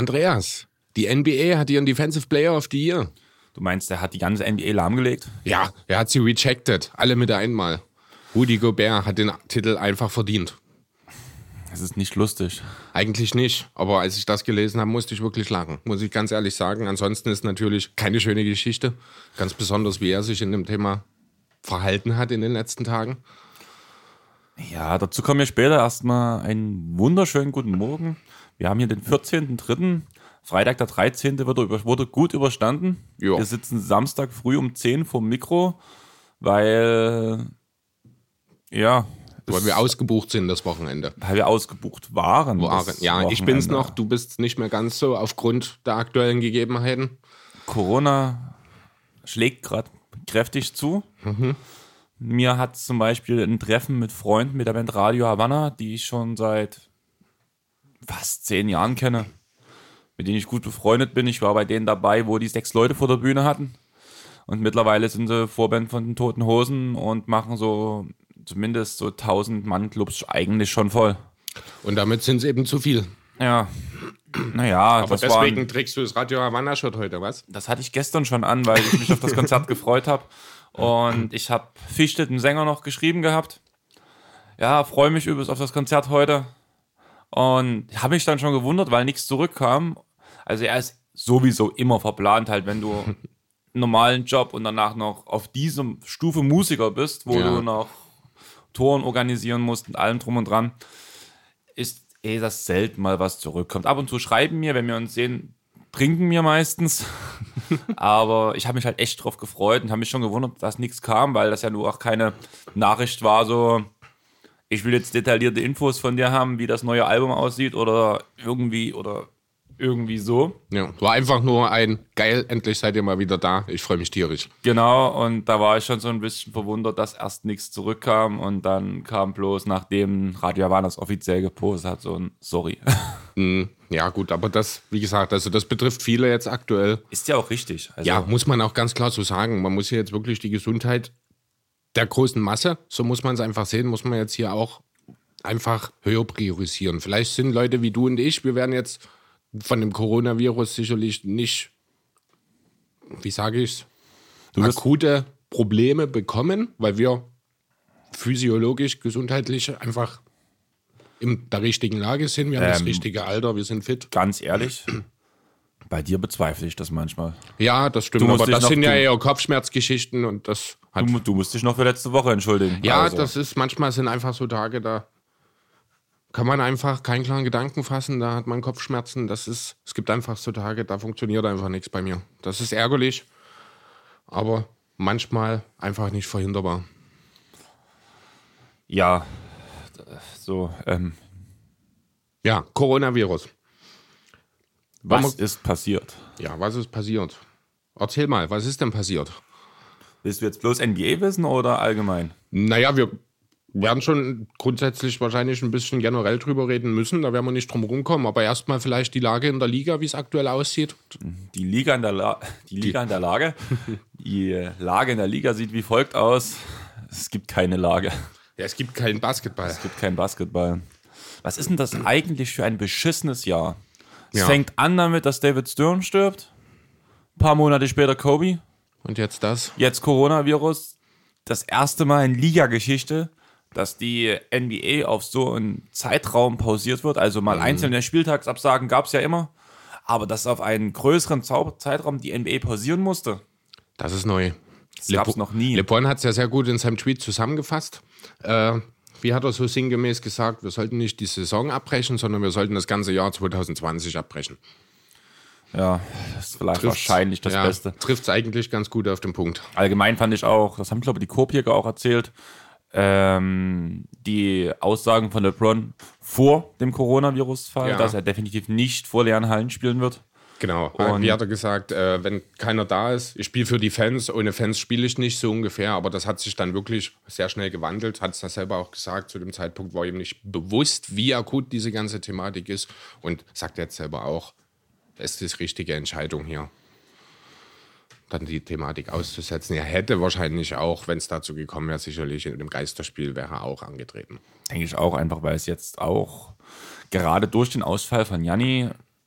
Andreas, die NBA hat ihren Defensive Player of the Year. Du meinst, der hat die ganze NBA lahmgelegt? Ja, er hat sie rejected, alle mit einmal. Rudy Gobert hat den Titel einfach verdient. Das ist nicht lustig. Eigentlich nicht, aber als ich das gelesen habe, musste ich wirklich lachen, muss ich ganz ehrlich sagen. Ansonsten ist natürlich keine schöne Geschichte, ganz besonders, wie er sich in dem Thema verhalten hat in den letzten Tagen. Ja, dazu kommen wir später. Erstmal einen wunderschönen guten Morgen. Wir haben hier den 14.03., Freitag der 13. wurde gut überstanden. Jo. Wir sitzen Samstag früh um 10 vorm Mikro, weil wir ausgebucht sind das Wochenende. Weil wir ausgebucht waren. Ja, ich bin's noch, du bist nicht mehr ganz so aufgrund der aktuellen Gegebenheiten. Corona schlägt gerade kräftig zu. Mir hat zum Beispiel ein Treffen mit Freunden mit der Band Radio Havanna, die ich schon seit fast 10 Jahren kenne, mit denen ich gut befreundet bin. Ich war bei denen dabei, wo die 6 Leute vor der Bühne hatten. Und mittlerweile sind sie Vorband von den Toten Hosen und machen so zumindest so 1000-Mann-Clubs eigentlich schon voll. Und damit sind es eben zu viel. Ja, naja. Aber deswegen trägst du das Radio Havanna-Shirt heute, was? Das hatte ich gestern schon an, weil ich mich auf das Konzert gefreut habe. Und ich habe Fichte, den Sänger, noch geschrieben gehabt. Ja, freue mich übelst auf das Konzert heute. Und habe mich dann schon gewundert, weil nichts zurückkam. Also er ist sowieso immer verplant, halt, wenn du einen normalen Job und danach noch auf diesem Stufe Musiker bist, wo du noch Touren organisieren musst und allem drum und dran, ist das selten mal was zurückkommt. Ab und zu schreiben mir, wenn wir uns sehen, trinken wir meistens. Aber ich habe mich halt echt drauf gefreut und habe mich schon gewundert, dass nichts kam, weil das ja nur auch keine Nachricht war, so ich will jetzt detaillierte Infos von dir haben, wie das neue Album aussieht oder irgendwie so. Ja, war einfach nur ein geil, endlich seid ihr mal wieder da. Ich freue mich tierisch. Genau, und da war ich schon so ein bisschen verwundert, dass erst nichts zurückkam und dann kam bloß, nachdem Radio Havanna das offiziell gepostet hat, so ein Sorry. Ja gut, aber das, wie gesagt, also das betrifft viele jetzt aktuell. Ist ja auch richtig. Also ja, muss man auch ganz klar so sagen. Man muss hier jetzt wirklich die Gesundheit der großen Masse, so muss man es einfach sehen, muss man jetzt hier auch einfach höher priorisieren. Vielleicht sind Leute wie du und ich, wir werden jetzt von dem Coronavirus sicherlich nicht, wie sage ich es, akute Probleme bekommen, weil wir physiologisch, gesundheitlich einfach in der richtigen Lage sind. Wir haben das richtige Alter, wir sind fit. Ganz ehrlich, bei dir bezweifle ich das manchmal. Ja, das stimmt, aber das sind ja eher Kopfschmerzgeschichten und das hat... Du musst dich noch für letzte Woche entschuldigen. Ja, also. das ist, manchmal sind einfach so Tage, da kann man einfach keinen klaren Gedanken fassen, da hat man Kopfschmerzen, es gibt einfach so Tage, da funktioniert einfach nichts bei mir. Das ist ärgerlich, aber manchmal einfach nicht verhinderbar. Ja, so, Ja, Coronavirus. Was ist passiert? Ja, was ist passiert? Erzähl mal, was ist denn passiert? Willst du jetzt bloß NBA wissen oder allgemein? Naja, wir werden schon grundsätzlich wahrscheinlich ein bisschen generell drüber reden müssen, da werden wir nicht drum rumkommen, aber erstmal vielleicht die Lage in der Liga, wie es aktuell aussieht. Die Lage in der Liga sieht wie folgt aus. Es gibt keine Lage. Ja, es gibt keinen Basketball. Es gibt keinen Basketball. Was ist denn das eigentlich für ein beschissenes Jahr? Es Ja. fängt an damit, dass David Stern stirbt. Ein paar Monate später Kobe. Und jetzt das? Jetzt Coronavirus. Das erste Mal in Liga-Geschichte, dass die NBA auf so einen Zeitraum pausiert wird. Also mal einzelne Spieltagsabsagen gab es ja immer. Aber dass auf einen größeren Zeitraum die NBA pausieren musste, Das ist neu. das gab es noch nie. LeBron hat es ja sehr gut in seinem Tweet zusammengefasst. Wie hat er so sinngemäß gesagt, wir sollten nicht die Saison abbrechen, sondern wir sollten das ganze Jahr 2020 abbrechen. Ja, das ist vielleicht wahrscheinlich das Beste. Trifft es eigentlich ganz gut auf den Punkt. Allgemein fand ich auch, das haben, glaube ich, die Kopiker auch erzählt, die Aussagen von LeBron vor dem Coronavirus-Fall, dass er definitiv nicht vor leeren Hallen spielen wird. Genau, Und wie hat er gesagt, wenn keiner da ist, ich spiele für die Fans, ohne Fans spiele ich nicht, so ungefähr, aber das hat sich dann wirklich sehr schnell gewandelt, hat es da selber auch gesagt, zu dem Zeitpunkt war ihm nicht bewusst, wie akut diese ganze Thematik ist und sagt jetzt selber auch, es ist die richtige Entscheidung hier, dann die Thematik auszusetzen. Er hätte wahrscheinlich auch, wenn es dazu gekommen wäre, sicherlich in dem Geisterspiel wäre er auch angetreten. denke ich auch, einfach weil es jetzt auch gerade durch den Ausfall von Gianni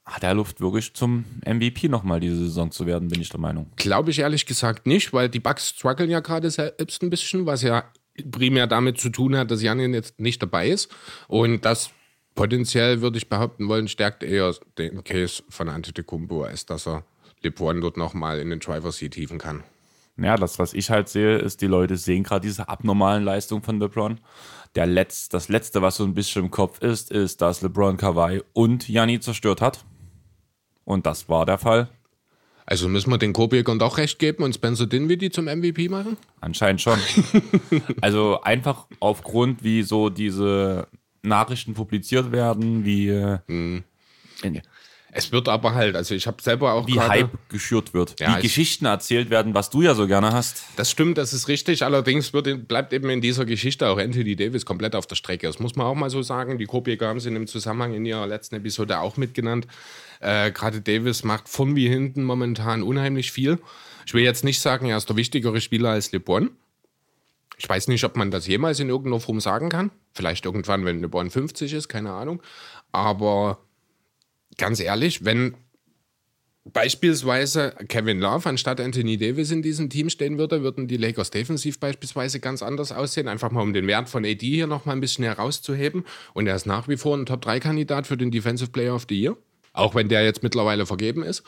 hat er Luft wirklich zum MVP nochmal diese Saison zu werden, bin ich der Meinung. Glaube ich ehrlich gesagt nicht, weil die Bucks strugglen ja gerade selbst ein bisschen, was ja primär damit zu tun hat, dass Giannis jetzt nicht dabei ist. Und das potenziell, würde ich behaupten wollen, stärkt eher den Case von Antetokounmpo, als dass er LeBron dort nochmal in den Driver's Seat hieven kann. Ja, das, was ich halt sehe, ist, die Leute sehen gerade diese abnormalen Leistungen von LeBron. Das Letzte, was so ein bisschen im Kopf ist, dass LeBron Kawhi und Giannis zerstört hat. Und das war der Fall. Also müssen wir den Kobe-Gern doch recht geben und Spencer Dinwiddie zum MVP machen? Anscheinend schon. Also einfach aufgrund, wie so diese Nachrichten publiziert werden, wie Es wird aber halt, also ich habe selber auch wie Hype geschürt wird, Ja, wie Geschichten erzählt werden, was du ja so gerne hast. Das stimmt, das ist richtig. Allerdings bleibt eben in dieser Geschichte auch Anthony Davis komplett auf der Strecke. Das muss man auch mal so sagen. Die Kobe-Gern haben sie in dem Zusammenhang in ihrer letzten Episode auch mitgenannt. Gerade Davis macht von wie hinten momentan unheimlich viel. Ich will jetzt nicht sagen, er ist der wichtigere Spieler als LeBron. Ich weiß nicht, ob man das jemals in irgendeiner Form sagen kann. Vielleicht irgendwann, wenn LeBron 50 ist, keine Ahnung. Aber ganz ehrlich, wenn beispielsweise Kevin Love anstatt Anthony Davis in diesem Team stehen würde, würden die Lakers defensiv beispielsweise ganz anders aussehen. Einfach mal, um den Wert von AD hier noch mal ein bisschen herauszuheben. Und er ist nach wie vor ein Top-3-Kandidat für den Defensive Player of the Year. Auch wenn der jetzt mittlerweile vergeben ist.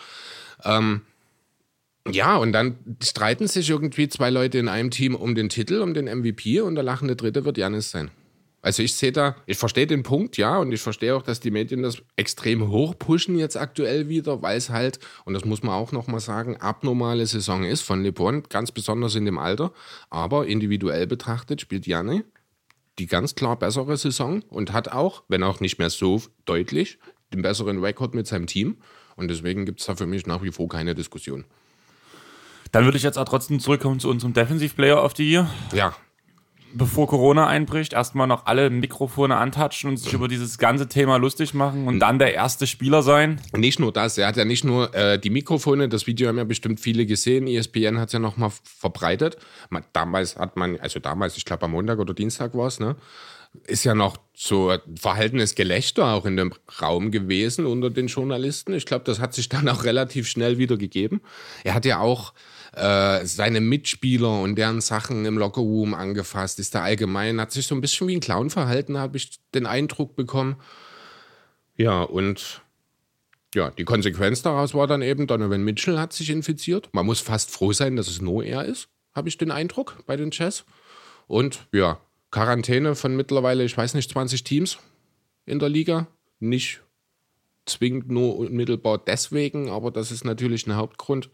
Ja, und dann streiten sich irgendwie zwei Leute in einem Team um den Titel, um den MVP, und der lachende Dritte wird Giannis sein. Also ich verstehe den Punkt, ja, und ich verstehe auch, dass die Medien das extrem hoch pushen jetzt aktuell wieder, weil es halt, und das muss man auch nochmal sagen, abnormale Saison ist von LeBron, ganz besonders in dem Alter, aber individuell betrachtet spielt Giannis die ganz klar bessere Saison und hat auch, wenn auch nicht mehr so deutlich, den besseren Rekord mit seinem Team, und deswegen gibt es da für mich nach wie vor keine Diskussion. Dann würde ich jetzt auch trotzdem zurückkommen zu unserem Defensive Player of the Year. Ja. Bevor Corona einbricht, erstmal noch alle Mikrofone antatschen und sich über dieses ganze Thema lustig machen und dann der erste Spieler sein. Nicht nur das, er hat ja nicht nur die Mikrofone, das Video haben ja bestimmt viele gesehen, ESPN hat es ja nochmal verbreitet. Damals, ich glaube am Montag oder Dienstag war es, ne? Ist ja noch so ein verhaltenes Gelächter auch in dem Raum gewesen unter den Journalisten. Ich glaube, das hat sich dann auch relativ schnell wieder gegeben. Er hat ja auch seine Mitspieler und deren Sachen im Lockerroom angefasst, ist da allgemein, hat sich so ein bisschen wie ein Clown verhalten, habe ich den Eindruck bekommen. Ja, und ja, die Konsequenz daraus war dann eben, Donovan Mitchell hat sich infiziert. Man muss fast froh sein, dass es nur er ist, habe ich den Eindruck bei den Jazz. Und ja, Quarantäne von mittlerweile, ich weiß nicht, 20 Teams in der Liga. Nicht zwingend nur unmittelbar deswegen, aber das ist natürlich ein Hauptgrund.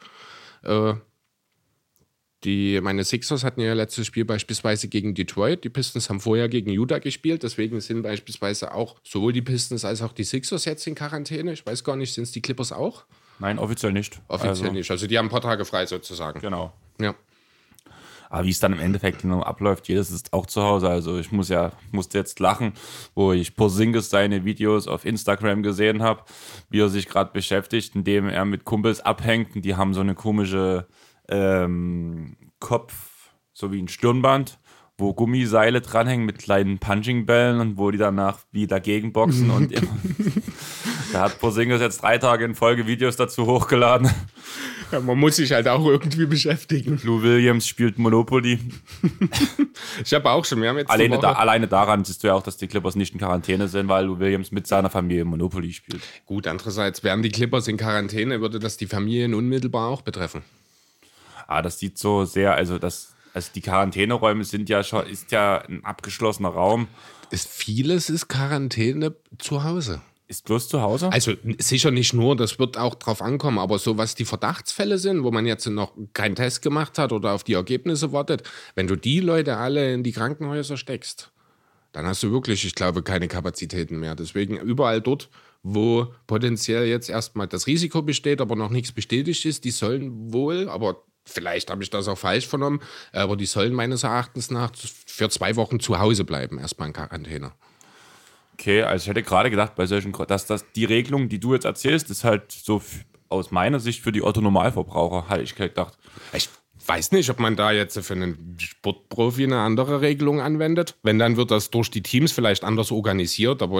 Meine Sixers hatten ja letztes Spiel beispielsweise gegen Detroit. Die Pistons haben vorher gegen Utah gespielt. Deswegen sind beispielsweise auch sowohl die Pistons als auch die Sixers jetzt in Quarantäne. Ich weiß gar nicht, sind es die Clippers auch? Nein, offiziell nicht. Offiziell nicht. Also die haben ein paar Tage frei sozusagen. Genau. Ja. Aber wie es dann im Endeffekt genau abläuft, jedes ist auch zu Hause. Also ich musste jetzt lachen, wo ich Porzingis seine Videos auf Instagram gesehen habe, wie er sich gerade beschäftigt, indem er mit Kumpels abhängt. Und die haben so eine komische Kopf, so wie ein Stirnband, wo Gummiseile dranhängen mit kleinen Punching-Bällen und wo die danach wie dagegen boxen. Und da hat Porzingis jetzt 3 Tage in Folge Videos dazu hochgeladen. Ja, man muss sich halt auch irgendwie beschäftigen. Lou Williams spielt Monopoly. Ich habe auch schon, wir haben jetzt alleine daran siehst du ja auch, dass die Clippers nicht in Quarantäne sind, weil Lou Williams mit seiner Familie Monopoly spielt. Gut, andererseits, wären die Clippers in Quarantäne, würde das die Familien unmittelbar auch betreffen. Das sieht so sehr, also die Quarantäneräume ist ja ein abgeschlossener Raum. Vieles ist Quarantäne zu Hause. Ist bloß zu Hause? Also sicher nicht nur, das wird auch drauf ankommen, aber so was die Verdachtsfälle sind, wo man jetzt noch keinen Test gemacht hat oder auf die Ergebnisse wartet, wenn du die Leute alle in die Krankenhäuser steckst, dann hast du wirklich, ich glaube, keine Kapazitäten mehr. Deswegen überall dort, wo potenziell jetzt erstmal das Risiko besteht, aber noch nichts bestätigt ist, die sollen wohl, aber vielleicht habe ich das auch falsch vernommen, aber die sollen meines Erachtens nach für 2 Wochen zu Hause bleiben, erstmal in Quarantäne. Okay, also ich hätte gerade gedacht, dass die Regelung, die du jetzt erzählst, ist halt so aus meiner Sicht für die Otto-Normalverbraucher, hätte ich gedacht. Ich weiß nicht, ob man da jetzt für einen Sportprofi eine andere Regelung anwendet. Wenn, dann wird das durch die Teams vielleicht anders organisiert, aber ich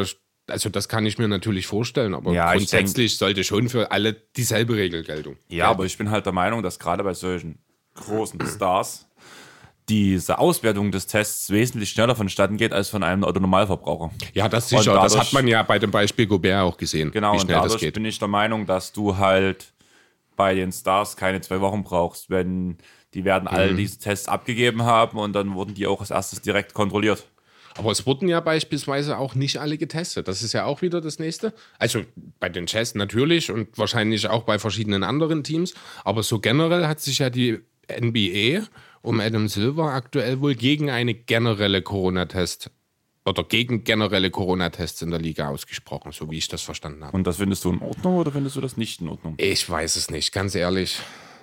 Also das kann ich mir natürlich vorstellen, aber Ja, grundsätzlich sollte schon für alle dieselbe Regel gelten. Ja, aber ich bin halt der Meinung, dass gerade bei solchen großen Stars diese Auswertung des Tests wesentlich schneller vonstatten geht als von einem Autonormalverbraucher. Ja, das sicher. Und dadurch, das hat man ja bei dem Beispiel Gobert auch gesehen, genau, wie und schnell das dadurch geht. bin ich der Meinung, dass du halt bei den Stars keine 2 Wochen brauchst, wenn die werden all diese Tests abgegeben haben und dann wurden die auch als erstes direkt kontrolliert. Aber es wurden ja beispielsweise auch nicht alle getestet. Das ist ja auch wieder das Nächste. Also bei den Jazz natürlich und wahrscheinlich auch bei verschiedenen anderen Teams. Aber so generell hat sich ja die NBA um Adam Silver aktuell wohl gegen eine generelle Corona-Test oder gegen generelle Corona-Tests in der Liga ausgesprochen, so wie ich das verstanden habe. Und das findest du in Ordnung oder findest du das nicht in Ordnung? Ich weiß es nicht, ganz ehrlich.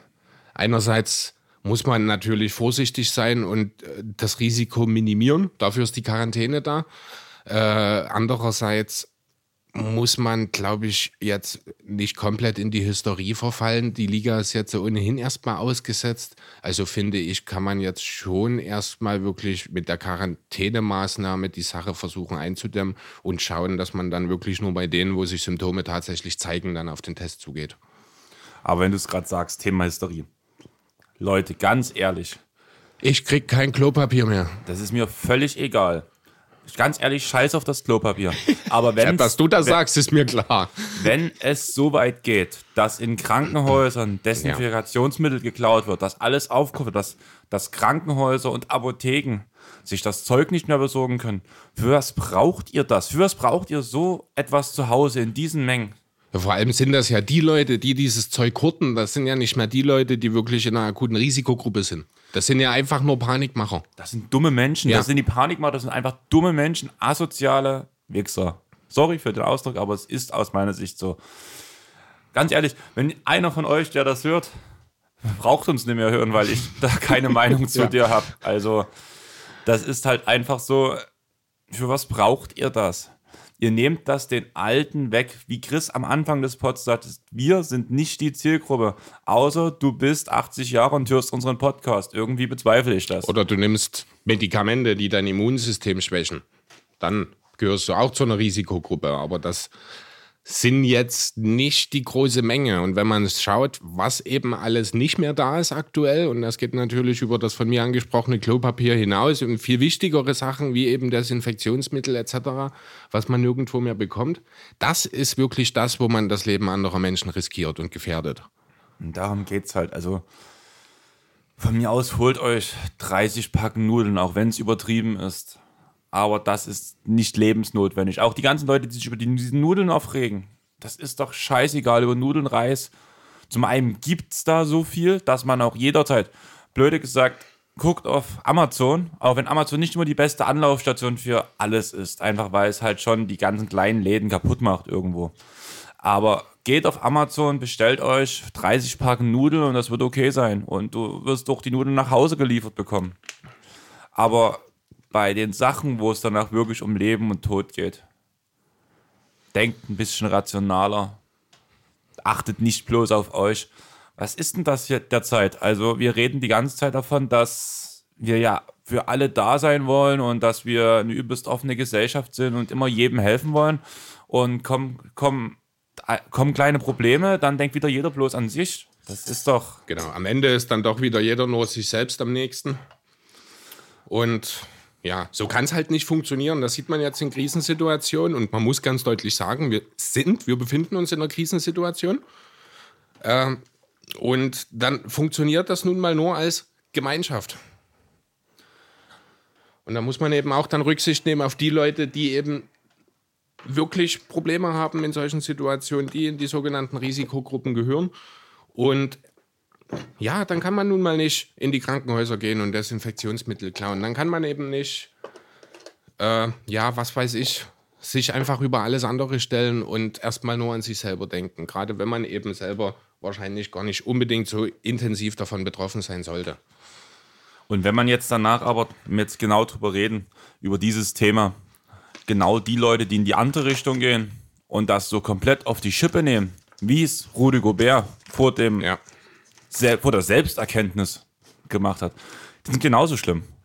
Einerseits muss man natürlich vorsichtig sein und das Risiko minimieren. Dafür ist die Quarantäne da. Andererseits muss man, glaube ich, jetzt nicht komplett in die Hysterie verfallen. Die Liga ist jetzt ohnehin erstmal ausgesetzt. Also finde ich, kann man jetzt schon erstmal wirklich mit der Quarantänemaßnahme die Sache versuchen einzudämmen und schauen, dass man dann wirklich nur bei denen, wo sich Symptome tatsächlich zeigen, dann auf den Test zugeht. Aber wenn du es gerade sagst, Thema Hysterie. Leute, ganz ehrlich, Ich krieg kein Klopapier mehr. das ist mir völlig egal. Ganz ehrlich, scheiß auf das Klopapier. Aber wenn Dass du das sagst, ist mir klar. Wenn es so weit geht, dass in Krankenhäusern Desinfektionsmittel geklaut wird, dass alles aufkommt, dass Krankenhäuser und Apotheken sich das Zeug nicht mehr besorgen können, für was braucht ihr das? Für was braucht ihr so etwas zu Hause in diesen Mengen? Ja, vor allem sind das ja die Leute, die dieses Zeug horten. Das sind ja nicht mehr die Leute, die wirklich in einer akuten Risikogruppe sind. Das sind ja einfach nur Panikmacher. Das sind dumme Menschen, Ja. das sind die Panikmacher, das sind einfach dumme Menschen, asoziale Wichser. Sorry für den Ausdruck, aber es ist aus meiner Sicht so. Ganz ehrlich, wenn einer von euch, der das hört, braucht uns nicht mehr hören, weil ich da keine Meinung zu dir habe. Also, das ist halt einfach so, für was braucht ihr das? Ihr nehmt das den Alten weg, wie Chris am Anfang des Pods sagte, wir sind nicht die Zielgruppe, außer du bist 80 Jahre und hörst unseren Podcast. Irgendwie bezweifle ich das. Oder du nimmst Medikamente, die dein Immunsystem schwächen. Dann gehörst du auch zu einer Risikogruppe. Aber das sind jetzt nicht die große Menge. Und wenn man schaut, was eben alles nicht mehr da ist aktuell, und das geht natürlich über das von mir angesprochene Klopapier hinaus und viel wichtigere Sachen wie eben Desinfektionsmittel etc., was man nirgendwo mehr bekommt, das ist wirklich das, wo man das Leben anderer Menschen riskiert und gefährdet. Und darum geht's halt. Also von mir aus holt euch 30 Packen Nudeln, auch wenn es übertrieben ist. Aber das ist nicht lebensnotwendig. Auch die ganzen Leute, die sich über diese Nudeln aufregen, das ist doch scheißegal, über Nudeln, Reis. Zum einen gibt's da so viel, dass man auch jederzeit, blöde gesagt, guckt auf Amazon, auch wenn Amazon nicht immer die beste Anlaufstation für alles ist, einfach weil es halt schon die ganzen kleinen Läden kaputt macht irgendwo. Aber geht auf Amazon, bestellt euch 30 Packen Nudeln und das wird okay sein. Und du wirst doch die Nudeln nach Hause geliefert bekommen. Aber bei den Sachen, wo es danach wirklich um Leben und Tod geht, denkt ein bisschen rationaler. Achtet nicht bloß auf euch. Was ist denn das hier derzeit? Also wir reden die ganze Zeit davon, dass wir ja für alle da sein wollen und dass wir eine übelst offene Gesellschaft sind und immer jedem helfen wollen. Und kommen kleine Probleme, dann denkt wieder jeder bloß an sich. Das ist doch... Genau, am Ende ist dann doch wieder jeder nur sich selbst am nächsten. Und ja, so kann es halt nicht funktionieren. Das sieht man jetzt in Krisensituationen. Und man muss ganz deutlich sagen, wir befinden uns in einer Krisensituation. Und dann funktioniert das nun mal nur als Gemeinschaft. Und da muss man eben auch dann Rücksicht nehmen auf die Leute, die eben wirklich Probleme haben in solchen Situationen, die in die sogenannten Risikogruppen gehören. Und ja, dann kann man nun mal nicht in die Krankenhäuser gehen und Desinfektionsmittel klauen. Dann kann man eben nicht, was weiß ich, sich einfach über alles andere stellen und erstmal nur an sich selber denken. Gerade wenn man eben selber wahrscheinlich gar nicht unbedingt so intensiv davon betroffen sein sollte. Und wenn man jetzt danach aber jetzt genau drüber reden, über dieses Thema, genau die Leute, die in die andere Richtung gehen und das so komplett auf die Schippe nehmen, wie es Rudy Gobert vor der Selbsterkenntnis gemacht hat, die sind genauso schlimm.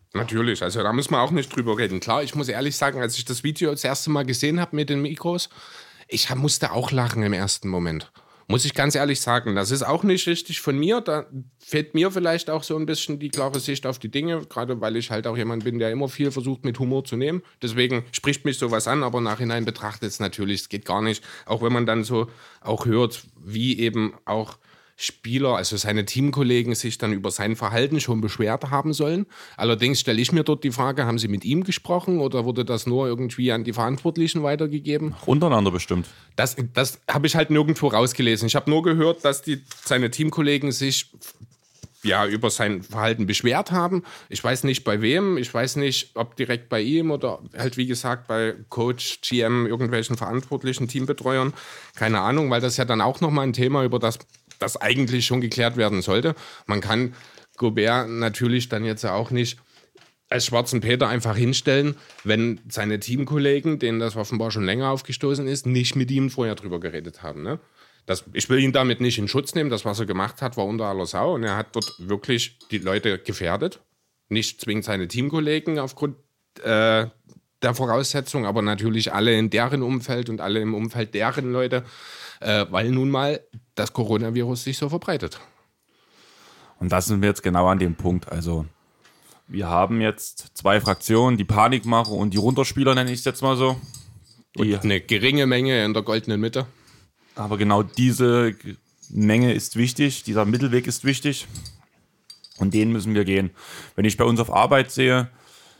Natürlich, also da muss man auch nicht drüber reden. Klar, ich muss ehrlich sagen, als ich das Video das erste Mal gesehen habe mit den Mikros, ich musste auch lachen im ersten Moment. Muss ich ganz ehrlich sagen, das ist auch nicht richtig von mir. Da fehlt mir vielleicht auch so ein bisschen die klare Sicht auf die Dinge, gerade weil ich halt auch jemand bin, der immer viel versucht mit Humor zu nehmen. Deswegen spricht mich sowas an, aber im Nachhinein betrachtet es natürlich, es geht gar nicht. Auch wenn man dann so auch hört, wie eben auch Spieler, also seine Teamkollegen, sich dann über sein Verhalten schon beschwert haben sollen. Allerdings stelle ich mir dort die Frage, haben sie mit ihm gesprochen oder wurde das nur irgendwie an die Verantwortlichen weitergegeben? Untereinander bestimmt. Das habe ich halt nirgendwo rausgelesen. Ich habe nur gehört, dass seine Teamkollegen sich über sein Verhalten beschwert haben. Ich weiß nicht bei wem, ich weiß nicht, ob direkt bei ihm oder halt wie gesagt bei Coach, GM, irgendwelchen verantwortlichen Teambetreuern. Keine Ahnung, weil das ja dann auch nochmal ein Thema, über das eigentlich schon geklärt werden sollte. Man kann Gobert natürlich dann jetzt auch nicht als schwarzen Peter einfach hinstellen, wenn seine Teamkollegen, denen das offenbar schon länger aufgestoßen ist, nicht mit ihm vorher drüber geredet haben. Ne? Ich will ihn damit nicht in Schutz nehmen. Das, was er gemacht hat, war unter aller Sau. Und er hat dort wirklich die Leute gefährdet. Nicht zwingend seine Teamkollegen aufgrund der Voraussetzung, aber natürlich alle in deren Umfeld und alle im Umfeld deren Leute, weil nun mal das Coronavirus sich so verbreitet. Und das sind wir jetzt genau an dem Punkt. Also wir haben jetzt 2 Fraktionen, die Panikmacher und die Runterspieler, nenne ich es jetzt mal so. Und eine geringe Menge in der goldenen Mitte. Aber genau diese Menge ist wichtig, dieser Mittelweg ist wichtig und den müssen wir gehen. Wenn ich bei uns auf Arbeit sehe,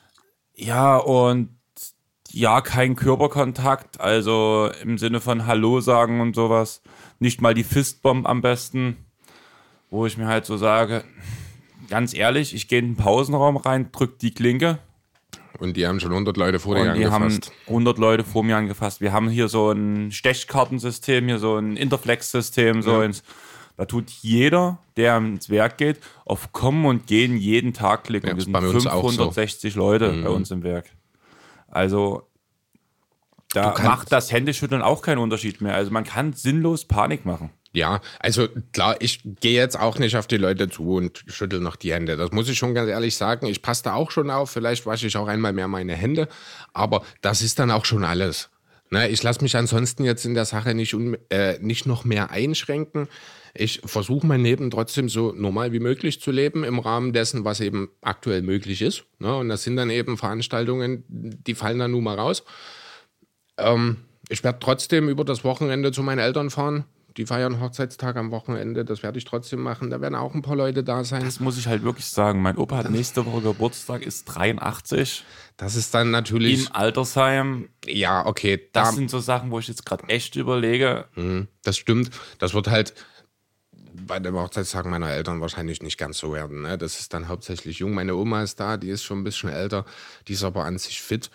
kein Körperkontakt, also im Sinne von Hallo sagen und sowas, nicht mal die Fistbomb am besten, wo ich mir halt so sage, ganz ehrlich, ich gehe in den Pausenraum rein, drück die Klinke. Und die haben schon 100 Leute vor dir angefasst. Die haben 100 Leute vor mir angefasst. Wir haben hier so ein Stechkartensystem, hier so ein Interflex-System. Da tut jeder, der ins Werk geht, auf Kommen und Gehen jeden Tag klicken. Ja, wir sind bei uns 560 Leute bei uns im Werk. Also da macht das Händeschütteln auch keinen Unterschied mehr. Also man kann sinnlos Panik machen. Ja, also klar, ich gehe jetzt auch nicht auf die Leute zu und schüttel noch die Hände. Das muss ich schon ganz ehrlich sagen. Ich passe da auch schon auf. Vielleicht wasche ich auch einmal mehr meine Hände. Aber das ist dann auch schon alles. Ne, ich lasse mich ansonsten jetzt in der Sache nicht noch mehr einschränken. Ich versuche mein Leben trotzdem so normal wie möglich zu leben im Rahmen dessen, was eben aktuell möglich ist. Ne, und das sind dann eben Veranstaltungen, die fallen dann nun mal raus. Ich werde trotzdem über das Wochenende zu meinen Eltern fahren. Die feiern Hochzeitstag am Wochenende, das werde ich trotzdem machen. Da werden auch ein paar Leute da sein. Das muss ich halt wirklich sagen. Mein Opa hat nächste Woche Geburtstag, ist 83. Das ist dann natürlich... Im Altersheim. Ja, okay. Das sind so Sachen, wo ich jetzt gerade echt überlege. Das stimmt. Das wird halt bei dem Hochzeitstag meiner Eltern wahrscheinlich nicht ganz so werden. Ne? Das ist dann hauptsächlich jung. Meine Oma ist da, die ist schon ein bisschen älter. Die ist aber an sich fit.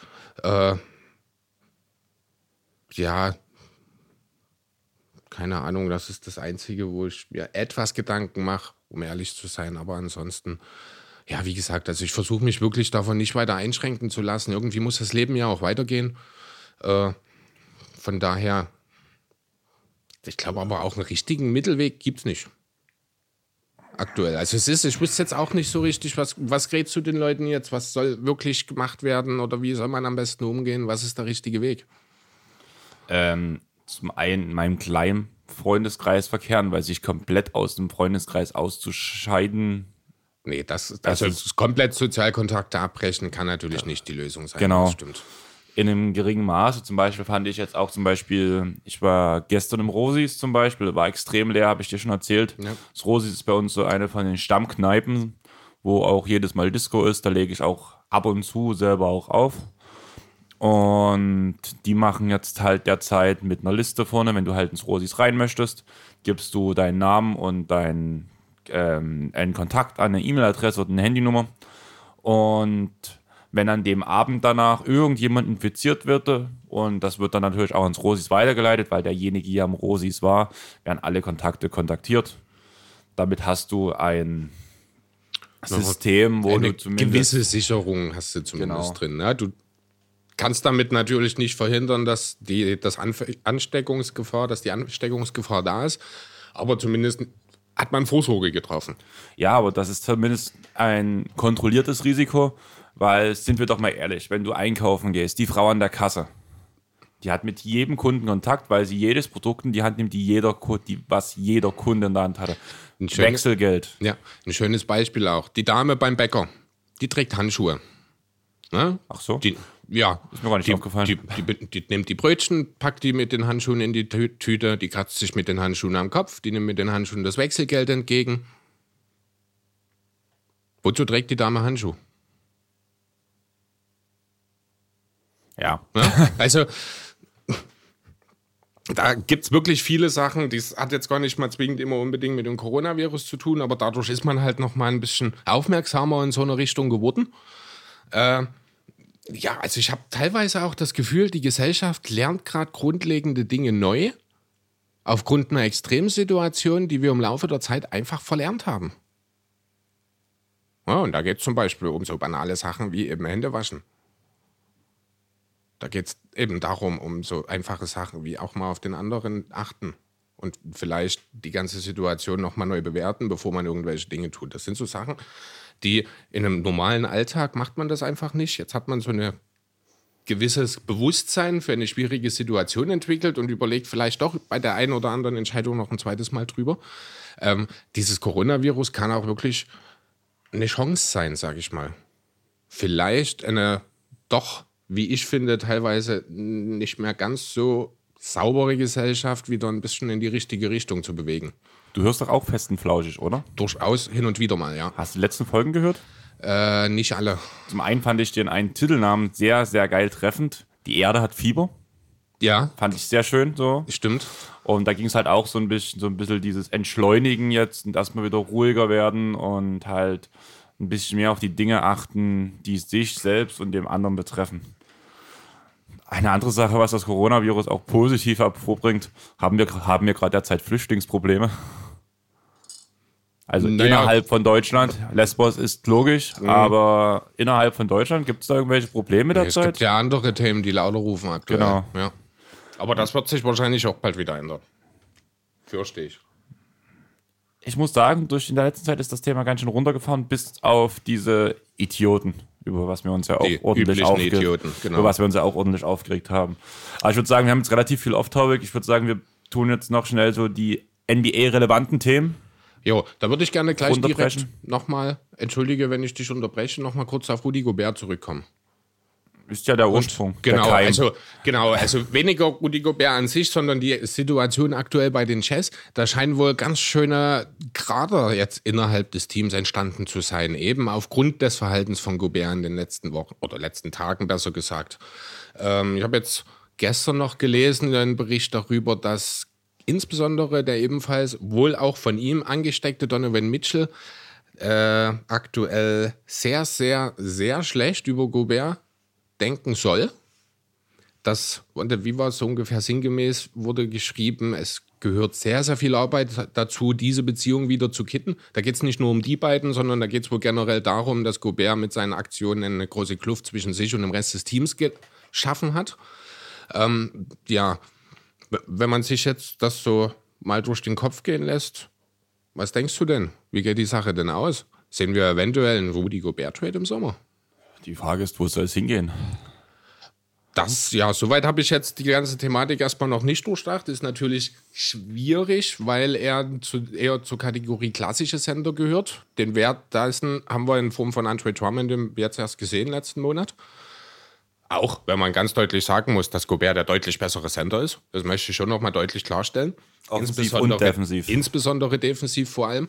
Keine Ahnung, das ist das Einzige, wo ich mir etwas Gedanken mache, um ehrlich zu sein. Aber ansonsten, ja, wie gesagt, also ich versuche mich wirklich davon nicht weiter einschränken zu lassen. Irgendwie muss das Leben ja auch weitergehen. Von daher, ich glaube aber auch einen richtigen Mittelweg gibt es nicht. Aktuell. Also ich wüsste jetzt auch nicht so richtig, was rätst du den Leuten jetzt? Was soll wirklich gemacht werden oder wie soll man am besten umgehen? Was ist der richtige Weg? Zum einen in meinem kleinen Freundeskreis verkehren, weil sich komplett aus dem Freundeskreis auszuscheiden. Nee, also komplett Sozialkontakte abbrechen kann natürlich nicht die Lösung sein. Genau. Das stimmt. In einem geringen Maße. Zum Beispiel fand ich jetzt auch ich war gestern im Rosis zum Beispiel, war extrem leer, habe ich dir schon erzählt. Ja. Das Rosis ist bei uns so eine von den Stammkneipen, wo auch jedes Mal Disco ist. Da lege ich auch ab und zu selber auch auf. Und die machen jetzt halt derzeit mit einer Liste vorne, wenn du halt ins Rosis rein möchtest, gibst du deinen Namen und einen Kontakt an, eine E-Mail-Adresse oder eine Handynummer. Und wenn an dem Abend danach irgendjemand infiziert wird, und das wird dann natürlich auch ins Rosis weitergeleitet, weil derjenige hier am Rosis war, werden alle Kontakte kontaktiert. Damit hast du ein System, wo du zumindest... Gewisse Sicherung hast du zumindest drin. Ne? Du kannst damit natürlich nicht verhindern, dass die Ansteckungsgefahr da ist, aber zumindest hat man Vorsorge getroffen. Ja, aber das ist zumindest ein kontrolliertes Risiko. Weil, sind wir doch mal ehrlich, wenn du einkaufen gehst, die Frau an der Kasse, die hat mit jedem Kunden Kontakt, weil sie jedes Produkt in die Hand nimmt, was jeder Kunde in der Hand hatte. Wechselgeld. Ja, ein schönes Beispiel auch. Die Dame beim Bäcker, die trägt Handschuhe. Ne? Ach so? Ist mir gar nicht aufgefallen. Die nimmt die Brötchen, packt die mit den Handschuhen in die Tüte, die kratzt sich mit den Handschuhen am Kopf, die nimmt mit den Handschuhen das Wechselgeld entgegen. Wozu trägt die Dame Handschuhe? Ja. Ne? Also, da gibt es wirklich viele Sachen, das hat jetzt gar nicht mal zwingend immer unbedingt mit dem Coronavirus zu tun, aber dadurch ist man halt noch mal ein bisschen aufmerksamer in so eine Richtung geworden. Ja, also ich habe teilweise auch das Gefühl, die Gesellschaft lernt gerade grundlegende Dinge neu, aufgrund einer Extremsituation, die wir im Laufe der Zeit einfach verlernt haben. Ja, und da geht es zum Beispiel um so banale Sachen wie eben Händewaschen. Da geht es eben darum, um so einfache Sachen wie auch mal auf den anderen achten und vielleicht die ganze Situation nochmal neu bewerten, bevor man irgendwelche Dinge tut. Das sind so Sachen, die in einem normalen Alltag macht man das einfach nicht. Jetzt hat man so ein gewisses Bewusstsein für eine schwierige Situation entwickelt und überlegt vielleicht doch bei der einen oder anderen Entscheidung noch ein zweites Mal drüber. Dieses Coronavirus kann auch wirklich eine Chance sein, sage ich mal. Vielleicht eine doch, wie ich finde, teilweise nicht mehr ganz so saubere Gesellschaft wieder ein bisschen in die richtige Richtung zu bewegen. Du hörst doch auch Fest und Flauschig, oder? Durchaus hin und wieder mal, ja. Hast du die letzten Folgen gehört? Nicht alle. Zum einen fand ich den einen Titelnamen sehr, sehr geil treffend. Die Erde hat Fieber. Ja. Fand ich sehr schön so. Stimmt. Und da ging es halt auch so ein bisschen dieses Entschleunigen jetzt und erstmal wieder ruhiger werden und halt ein bisschen mehr auf die Dinge achten, die sich selbst und dem anderen betreffen. Eine andere Sache, was das Coronavirus auch positiv hervorbringt, haben wir gerade derzeit Flüchtlingsprobleme. Also innerhalb von Deutschland. Lesbos ist logisch, aber innerhalb von Deutschland gibt es da irgendwelche Probleme derzeit? Es gibt ja andere Themen, die lauter rufen aktuell. Genau. Ja. Aber das wird sich wahrscheinlich auch bald wieder ändern. Fürchte ich. Ich muss sagen, in der letzten Zeit ist das Thema ganz schön runtergefahren, bis auf diese Idioten, über was wir uns ja auch ordentlich aufgeregt haben. Aber ich würde sagen, wir haben jetzt relativ viel Off-Topic. Ich würde sagen, wir tun jetzt noch schnell so die NBA-relevanten Themen. Jo, da würde ich gerne gleich direkt nochmal, entschuldige, wenn ich dich unterbreche, nochmal kurz auf Rudy Gobert zurückkommen. Ist ja der Ursprung. Genau, also weniger Rudy Gobert an sich, sondern die Situation aktuell bei den Jazz. Da scheinen wohl ganz schöne Krater jetzt innerhalb des Teams entstanden zu sein, eben aufgrund des Verhaltens von Gobert in den letzten Wochen oder letzten Tagen, besser gesagt. Ich habe jetzt gestern noch gelesen, einen Bericht darüber, dass insbesondere der ebenfalls wohl auch von ihm angesteckte Donovan Mitchell aktuell sehr, sehr, sehr schlecht über Gobert denken soll. Wie war es so ungefähr sinngemäß, wurde geschrieben, es gehört sehr, sehr viel Arbeit dazu, diese Beziehung wieder zu kitten. Da geht es nicht nur um die beiden, sondern da geht es wohl generell darum, dass Gobert mit seinen Aktionen eine große Kluft zwischen sich und dem Rest des Teams geschaffen hat. Ja, wenn man sich jetzt das so mal durch den Kopf gehen lässt, was denkst du denn? Wie geht die Sache denn aus? Sehen wir eventuell einen Rudy Gobert-Trade im Sommer? Die Frage ist, wo soll es hingehen? Soweit habe ich jetzt die ganze Thematik erstmal noch nicht durchdacht. Ist natürlich schwierig, weil er eher zur Kategorie klassische Center gehört. Den Wert dessen haben wir in Form von Andre Drummond jetzt erst gesehen letzten Monat. Auch wenn man ganz deutlich sagen muss, dass Gobert der deutlich bessere Center ist. Das möchte ich schon nochmal deutlich klarstellen. Offensiv und defensiv. Insbesondere defensiv vor allem.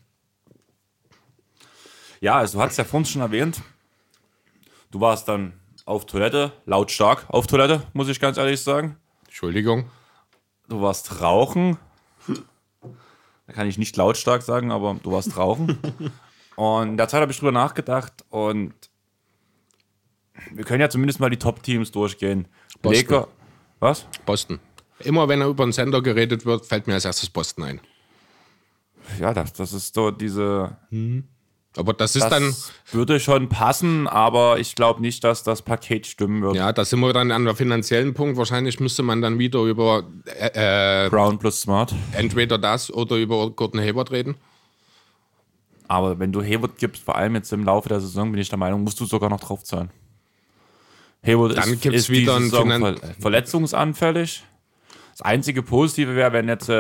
Ja, also du hast ja vorhin schon erwähnt, du warst dann auf Toilette, lautstark auf Toilette, muss ich ganz ehrlich sagen. Entschuldigung. Du warst rauchen. Da kann ich nicht lautstark sagen, aber du warst rauchen. Und in der Zeit habe ich drüber nachgedacht und wir können ja zumindest mal die Top-Teams durchgehen. Boston. Was? Boston. Immer wenn über einen Sender geredet wird, fällt mir als erstes Boston ein. Ja, das ist so diese... Aber das würde schon passen, aber ich glaube nicht, dass das Paket stimmen wird. Ja, da sind wir dann an der finanziellen Punkt. Wahrscheinlich müsste man dann wieder über Brown plus Smart. Entweder das oder über Gordon Hayward reden. Aber wenn du Hayward gibst, vor allem jetzt im Laufe der Saison, bin ich der Meinung, musst du sogar noch drauf zahlen. Hayward Dann ist, gibt's ist wieder diese einen Saison verletzungsanfällig. Das einzige Positive wäre, wenn jetzt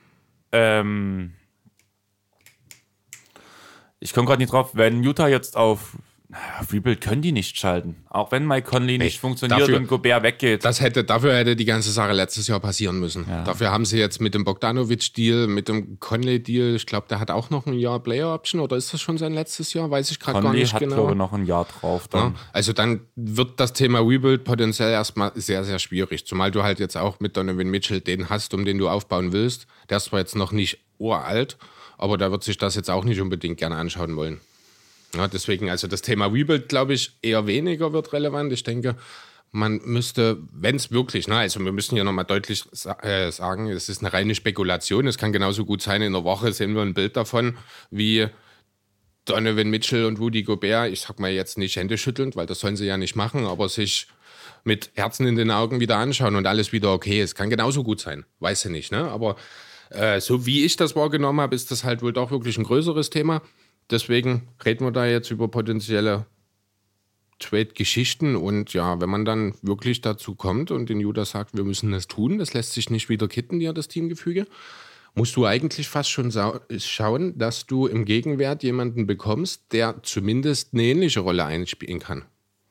ich komme gerade nicht drauf, wenn Utah jetzt auf Rebuild können die nicht schalten. Auch wenn Mike Conley nicht funktioniert und Gobert weggeht. Dafür hätte die ganze Sache letztes Jahr passieren müssen. Ja. Dafür haben sie jetzt mit dem Bogdanovic-Deal, mit dem Conley-Deal, ich glaube, der hat auch noch ein Jahr Player-Option, oder ist das schon sein letztes Jahr? Weiß ich gerade gar nicht hat, genau. Glaube ich, noch ein Jahr drauf. Dann. Ja, also dann wird das Thema Rebuild potenziell erstmal sehr, sehr schwierig. Zumal du halt jetzt auch mit Donovan Mitchell den hast, um den du aufbauen willst. Der ist zwar jetzt noch nicht uralt, aber der wird sich das jetzt auch nicht unbedingt gerne anschauen wollen. Ja, deswegen, also das Thema Rebuild, glaube ich, eher weniger wird relevant. Ich denke, man müsste, wenn es wirklich, also wir müssen ja nochmal deutlich sagen, es ist eine reine Spekulation. Es kann genauso gut sein, in einer Woche sehen wir ein Bild davon, wie Donovan Mitchell und Rudy Gobert, ich sag mal jetzt nicht händeschüttelnd, weil das sollen sie ja nicht machen, aber sich mit Herzen in den Augen wieder anschauen und alles wieder okay ist. Kann genauso gut sein, weiß ich nicht, ne? Aber so wie ich das wahrgenommen habe, ist das halt wohl doch wirklich ein größeres Thema. Deswegen reden wir da jetzt über potenzielle Trade-Geschichten und ja, wenn man dann wirklich dazu kommt und den Utah sagt, wir müssen das tun, das lässt sich nicht wieder kitten, ja, das Teamgefüge, musst du eigentlich fast schon schauen, dass du im Gegenwert jemanden bekommst, der zumindest eine ähnliche Rolle einspielen kann.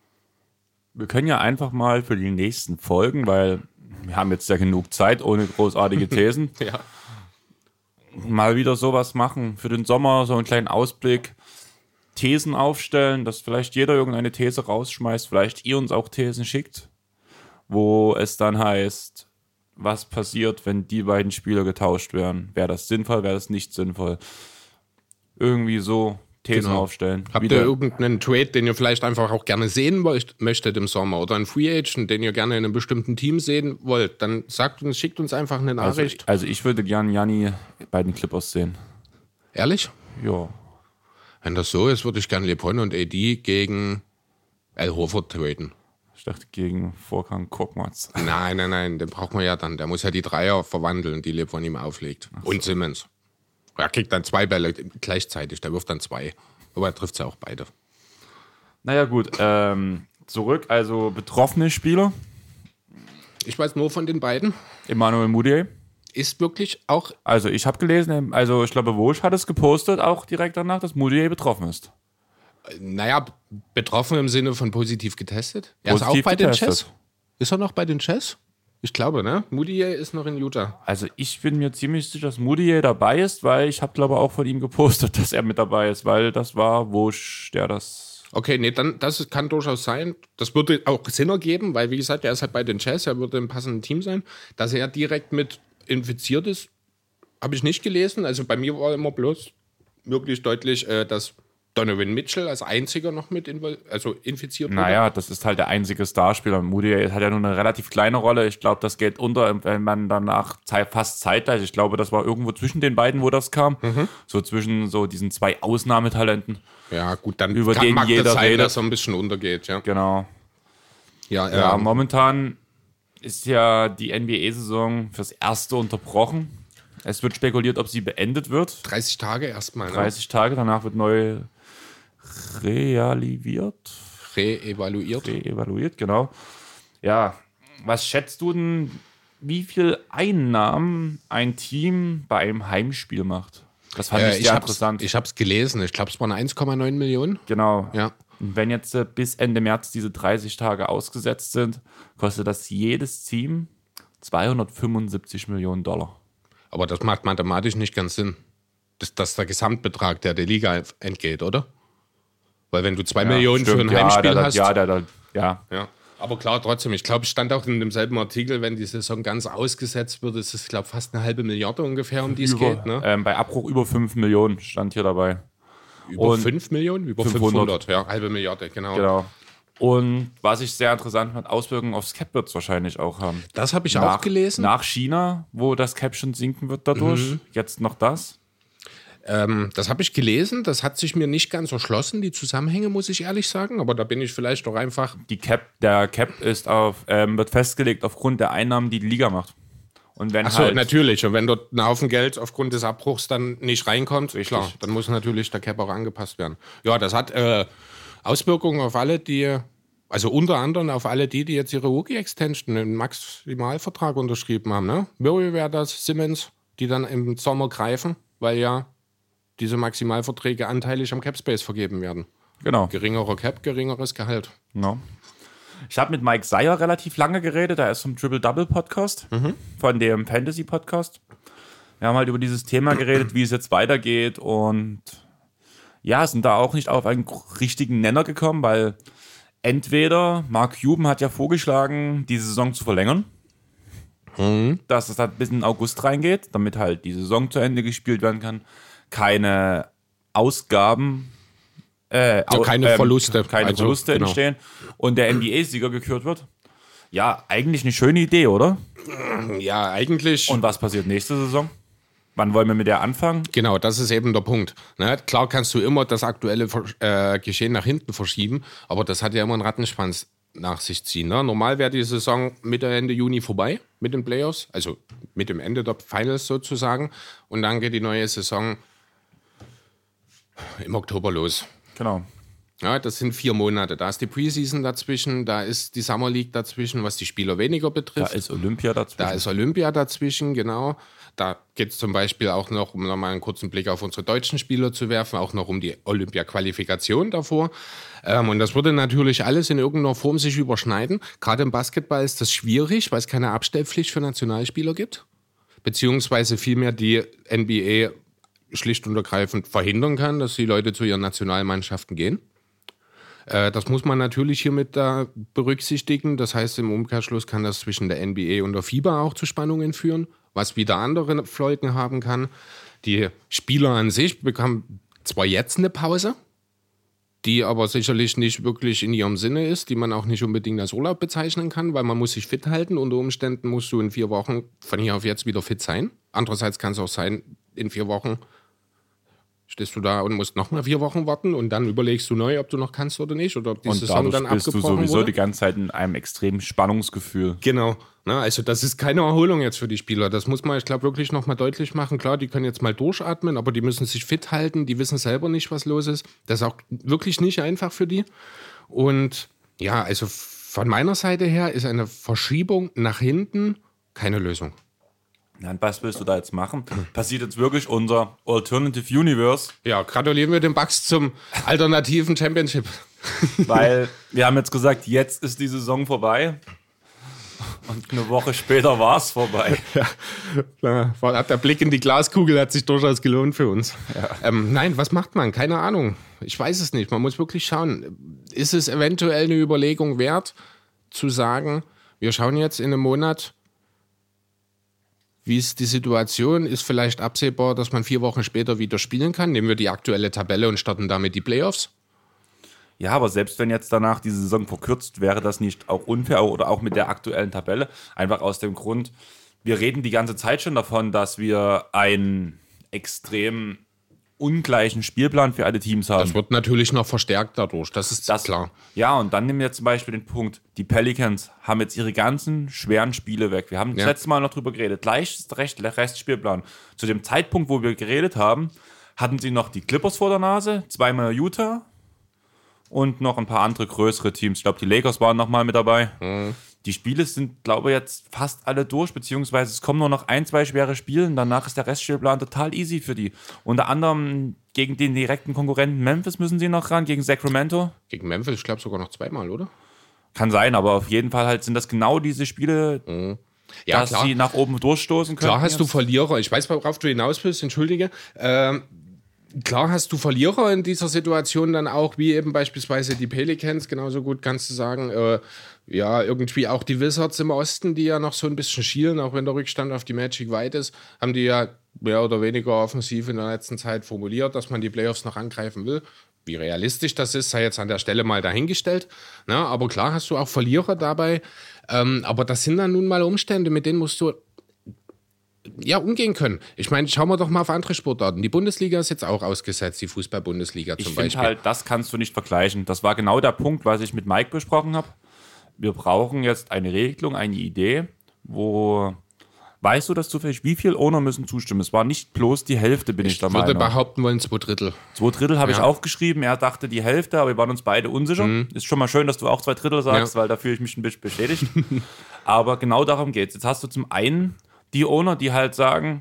Wir können ja einfach mal für die nächsten Folgen, weil wir haben jetzt ja genug Zeit ohne großartige Thesen, ja. Mal wieder sowas machen für den Sommer, so einen kleinen Ausblick, Thesen aufstellen, dass vielleicht jeder irgendeine These rausschmeißt, vielleicht ihr uns auch Thesen schickt, wo es dann heißt, was passiert, wenn die beiden Spieler getauscht werden. Wäre das sinnvoll, wäre das nicht sinnvoll? Irgendwie so Thesen aufstellen. Habt ihr irgendeinen Trade, den ihr vielleicht einfach auch gerne sehen möchtet im Sommer oder einen Free Agent, den ihr gerne in einem bestimmten Team sehen wollt, dann sagt uns, schickt uns einfach eine Nachricht. Also ich würde gerne Gianni bei den Clippers sehen. Ehrlich? Ja. Wenn das so ist, würde ich gerne LeBron und AD gegen Al Horford traden. Ich dachte gegen Vorgang Korkmaz. Nein, den braucht man ja dann. Der muss ja die Dreier verwandeln, die LeBron ihm auflegt. So. Und Simmons. Er kriegt dann 2 Bälle gleichzeitig, der wirft dann 2. Aber er trifft ja auch beide. Naja gut, zurück, also betroffene Spieler. Ich weiß nur von den beiden. Emmanuel Mudiay. Ist wirklich auch... Also ich habe gelesen, also ich glaube Woj hat es gepostet, auch direkt danach, dass Mudiay betroffen ist. Naja, betroffen im Sinne von positiv getestet. Er ist Positiv auch bei getestet. den Jazz. Ist er noch bei den Jazz? Ich glaube, ne? Mudiay ist noch in Utah. Also ich bin mir ziemlich sicher, dass Mudiay dabei ist, weil ich habe glaube auch von ihm gepostet, dass er mit dabei ist, weil das war Woj, der das... Okay, nee, dann das kann durchaus sein. Das würde auch Sinn ergeben, weil wie gesagt, er ist halt bei den Jazz, er würde im passenden Team sein. Dass er direkt mit infiziert ist, habe ich nicht gelesen. Also bei mir war immer bloß wirklich deutlich, dass Donovan Mitchell als einziger noch mit infiziert wurde. Naja, das ist halt der einzige Starspieler. Moody hat ja nur eine relativ kleine Rolle. Ich glaube, das geht unter, wenn man danach fast zeitgleich, ich glaube, das war irgendwo zwischen den beiden, wo das kam. So zwischen so diesen 2 Ausnahmetalenten. Ja, gut, dann über den mag jeder das sein, redet. dass er ein bisschen untergeht. Ja, Genau. Ja, momentan ist ja die NBA-Saison fürs Erste unterbrochen. Es wird spekuliert, ob sie beendet wird. 30 Tage erstmal. 30 Tage, danach wird neu reevaluiert, genau. Ja, was schätzt du denn, wie viel Einnahmen ein Team bei einem Heimspiel macht? Das fand ich sehr interessant. Ich habe es gelesen. Ich glaube, es waren 1,9 Millionen. Genau. Ja. Und wenn jetzt bis Ende März diese 30 Tage ausgesetzt sind, kostet das jedes Team $275 Millionen. Aber das macht mathematisch nicht ganz Sinn. Das ist der Gesamtbetrag, der Liga entgeht, oder? Weil wenn du 2 Millionen für ein Heimspiel hast... Ja. Aber klar, trotzdem, ich glaube, es stand auch in demselben Artikel, wenn die Saison ganz ausgesetzt wird, ist es, glaube ich, fast 1/2 Milliarde ungefähr, um die es geht. Ne? Bei Abbruch über 5 Millionen stand hier dabei. Über 5 Millionen? Über 500, ja, 1/2 Milliarde, genau. Und was ich sehr interessant fand, Auswirkungen aufs Cap wird es wahrscheinlich auch haben. Das habe ich auch gelesen. Nach China, wo das Cap schon sinken wird dadurch, jetzt noch das. Das habe ich gelesen, das hat sich mir nicht ganz erschlossen, die Zusammenhänge, muss ich ehrlich sagen, aber da bin ich vielleicht doch einfach... Der Cap ist wird festgelegt aufgrund der Einnahmen, die die Liga macht. Und wenn Achso, natürlich. Und wenn dort ein Haufen Geld aufgrund des Abbruchs dann nicht reinkommt, klar, dann muss natürlich der Cap auch angepasst werden. Ja, das hat Auswirkungen auf alle, also unter anderem auf alle die jetzt ihre Rookie-Extension im Maximalvertrag unterschrieben haben. Ne? Murray wäre das, Simmons, die dann im Sommer greifen, weil ja diese Maximalverträge anteilig am Capspace vergeben werden. Genau. Geringerer Cap, geringeres Gehalt. No. Ich habe mit Mike Seyer relativ lange geredet, er ist vom Triple-Double-Podcast, von dem Fantasy-Podcast. Wir haben halt über dieses Thema geredet, wie es jetzt weitergeht und ja, sind da auch nicht auf einen richtigen Nenner gekommen, weil entweder Mark Cuban hat ja vorgeschlagen, die Saison zu verlängern, dass es halt bis in August reingeht, damit halt die Saison zu Ende gespielt werden kann, keine Ausgaben keine Verluste. Verluste entstehen und der NBA-Sieger gekürt wird. Ja, eigentlich eine schöne Idee, oder? Ja, eigentlich. Und was passiert nächste Saison? Wann wollen wir mit der anfangen? Genau, das ist eben der Punkt. Ne? Klar kannst du immer das aktuelle Geschehen nach hinten verschieben, aber das hat ja immer einen Rattenschwanz nach sich ziehen. Ne? Normal wäre die Saison Mitte, Ende Juni vorbei mit den Playoffs, also mit dem Ende der Finals sozusagen. Und dann geht die neue Saison im Oktober los. Genau. Ja, das sind 4 Monate. Da ist die Preseason dazwischen, da ist die Summer League dazwischen, was die Spieler weniger betrifft. Da ist Olympia dazwischen. Genau. Da geht es zum Beispiel auch noch, um nochmal einen kurzen Blick auf unsere deutschen Spieler zu werfen, auch noch um die Olympia-Qualifikation davor. Und das würde natürlich alles in irgendeiner Form sich überschneiden. Gerade im Basketball ist das schwierig, weil es keine Abstellpflicht für Nationalspieler gibt. Beziehungsweise vielmehr die NBA schlicht und ergreifend verhindern kann, dass die Leute zu ihren Nationalmannschaften gehen. Das muss man natürlich hiermit da berücksichtigen. Das heißt, im Umkehrschluss kann das zwischen der NBA und der FIBA auch zu Spannungen führen, was wieder andere Folgen haben kann. Die Spieler an sich bekommen zwar jetzt eine Pause, die aber sicherlich nicht wirklich in ihrem Sinne ist, die man auch nicht unbedingt als Urlaub bezeichnen kann, weil man muss sich fit halten. Unter Umständen musst du in 4 Wochen von hier auf jetzt wieder fit sein. Andererseits kann es auch sein, in 4 Wochen stehst du da und musst nochmal 4 Wochen warten und dann überlegst du neu, ob du noch kannst oder nicht oder ob die Saison dann abgebrochen wurde. Und bist du sowieso die ganze Zeit in einem extremen Spannungsgefühl. Genau. Na, also das ist keine Erholung jetzt für die Spieler. Das muss man, ich glaube, wirklich nochmal deutlich machen. Klar, die können jetzt mal durchatmen, aber die müssen sich fit halten. Die wissen selber nicht, was los ist. Das ist auch wirklich nicht einfach für die. Und ja, also von meiner Seite her ist eine Verschiebung nach hinten keine Lösung. Ja, und was willst du da jetzt machen? Passiert jetzt wirklich unser Alternative Universe? Ja, gratulieren wir den Bucks zum alternativen Championship. Weil wir haben jetzt gesagt, jetzt ist die Saison vorbei. Und eine Woche später war es vorbei. Ja, der Blick in die Glaskugel hat sich durchaus gelohnt für uns. Ja. Nein, was macht man? Keine Ahnung. Ich weiß es nicht. Man muss wirklich schauen. Ist es eventuell eine Überlegung wert, zu sagen, wir schauen jetzt in einem Monat, wie ist die Situation? Ist vielleicht absehbar, dass man 4 Wochen später wieder spielen kann? Nehmen wir die aktuelle Tabelle und starten damit die Playoffs? Ja, aber selbst wenn jetzt danach die Saison verkürzt, wäre das nicht auch unfair oder auch mit der aktuellen Tabelle? Einfach aus dem Grund, wir reden die ganze Zeit schon davon, dass wir einen extrem ungleichen Spielplan für alle Teams haben. Das wird natürlich noch verstärkt dadurch, das ist klar. Ja, und dann nehmen wir zum Beispiel den Punkt, die Pelicans haben jetzt ihre ganzen schweren Spiele weg. Wir haben das letzte Mal noch drüber geredet. Gleich Restspielplan. Zu dem Zeitpunkt, wo wir geredet haben, hatten sie noch die Clippers vor der Nase, 2-mal Utah und noch ein paar andere größere Teams. Ich glaube, die Lakers waren noch mal mit dabei. Die Spiele sind, glaube ich, jetzt fast alle durch, beziehungsweise es kommen nur noch 1, 2 schwere Spiele und danach ist der Restspielplan total easy für die. Unter anderem gegen den direkten Konkurrenten Memphis müssen sie noch ran, gegen Sacramento. Gegen Memphis, ich glaube sogar noch 2-mal, oder? Kann sein, aber auf jeden Fall halt sind das genau diese Spiele, ja, dass klar. sie nach oben durchstoßen können. Klar hast du Verlierer. Ich weiß, worauf du hinaus willst, entschuldige. Klar hast du Verlierer in dieser Situation dann auch, wie eben beispielsweise die Pelicans. Genauso gut kannst du sagen, ja, irgendwie auch die Wizards im Osten, die ja noch so ein bisschen schielen, auch wenn der Rückstand auf die Magic weit ist, haben die ja mehr oder weniger offensiv in der letzten Zeit formuliert, dass man die Playoffs noch angreifen will. Wie realistisch das ist, sei jetzt an der Stelle mal dahingestellt. Na, aber klar hast du auch Verlierer dabei. Aber das sind dann nun mal Umstände, mit denen musst du umgehen können. Ich meine, schauen wir doch mal auf andere Sportarten. Die Bundesliga ist jetzt auch ausgesetzt, die Fußball-Bundesliga zum Beispiel. Ich finde halt, das kannst du nicht vergleichen. Das war genau der Punkt, was ich mit Mike besprochen habe. Wir brauchen jetzt eine Regelung, eine Idee, wo Weißt du das zufällig? Wie viel Owner müssen zustimmen? Es war nicht bloß die Hälfte, bin ich der Meinung. Ich würde behaupten wollen 2/3. 2/3 habe ich aufgeschrieben. Er dachte die Hälfte, aber wir waren uns beide unsicher. Ist schon mal schön, dass du auch 2/3 sagst, weil da fühle ich mich ein bisschen bestätigt. Aber genau darum geht es. Jetzt hast du zum einen die Owner, die halt sagen,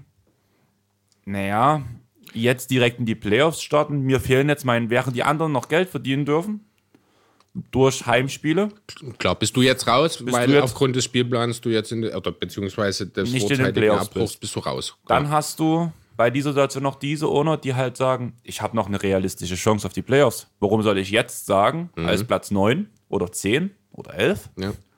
naja, jetzt direkt in die Playoffs starten. Mir fehlen jetzt während die anderen noch Geld verdienen dürfen durch Heimspiele. Klar, bist du jetzt raus, weil aufgrund des Spielplans du jetzt oder beziehungsweise des vorzeitigen Abbruchs bist du raus. Klar. Dann hast du bei dieser Situation noch diese Owner, die halt sagen, ich habe noch eine realistische Chance auf die Playoffs. Warum soll ich jetzt sagen, als Platz 9 oder 10 oder 11?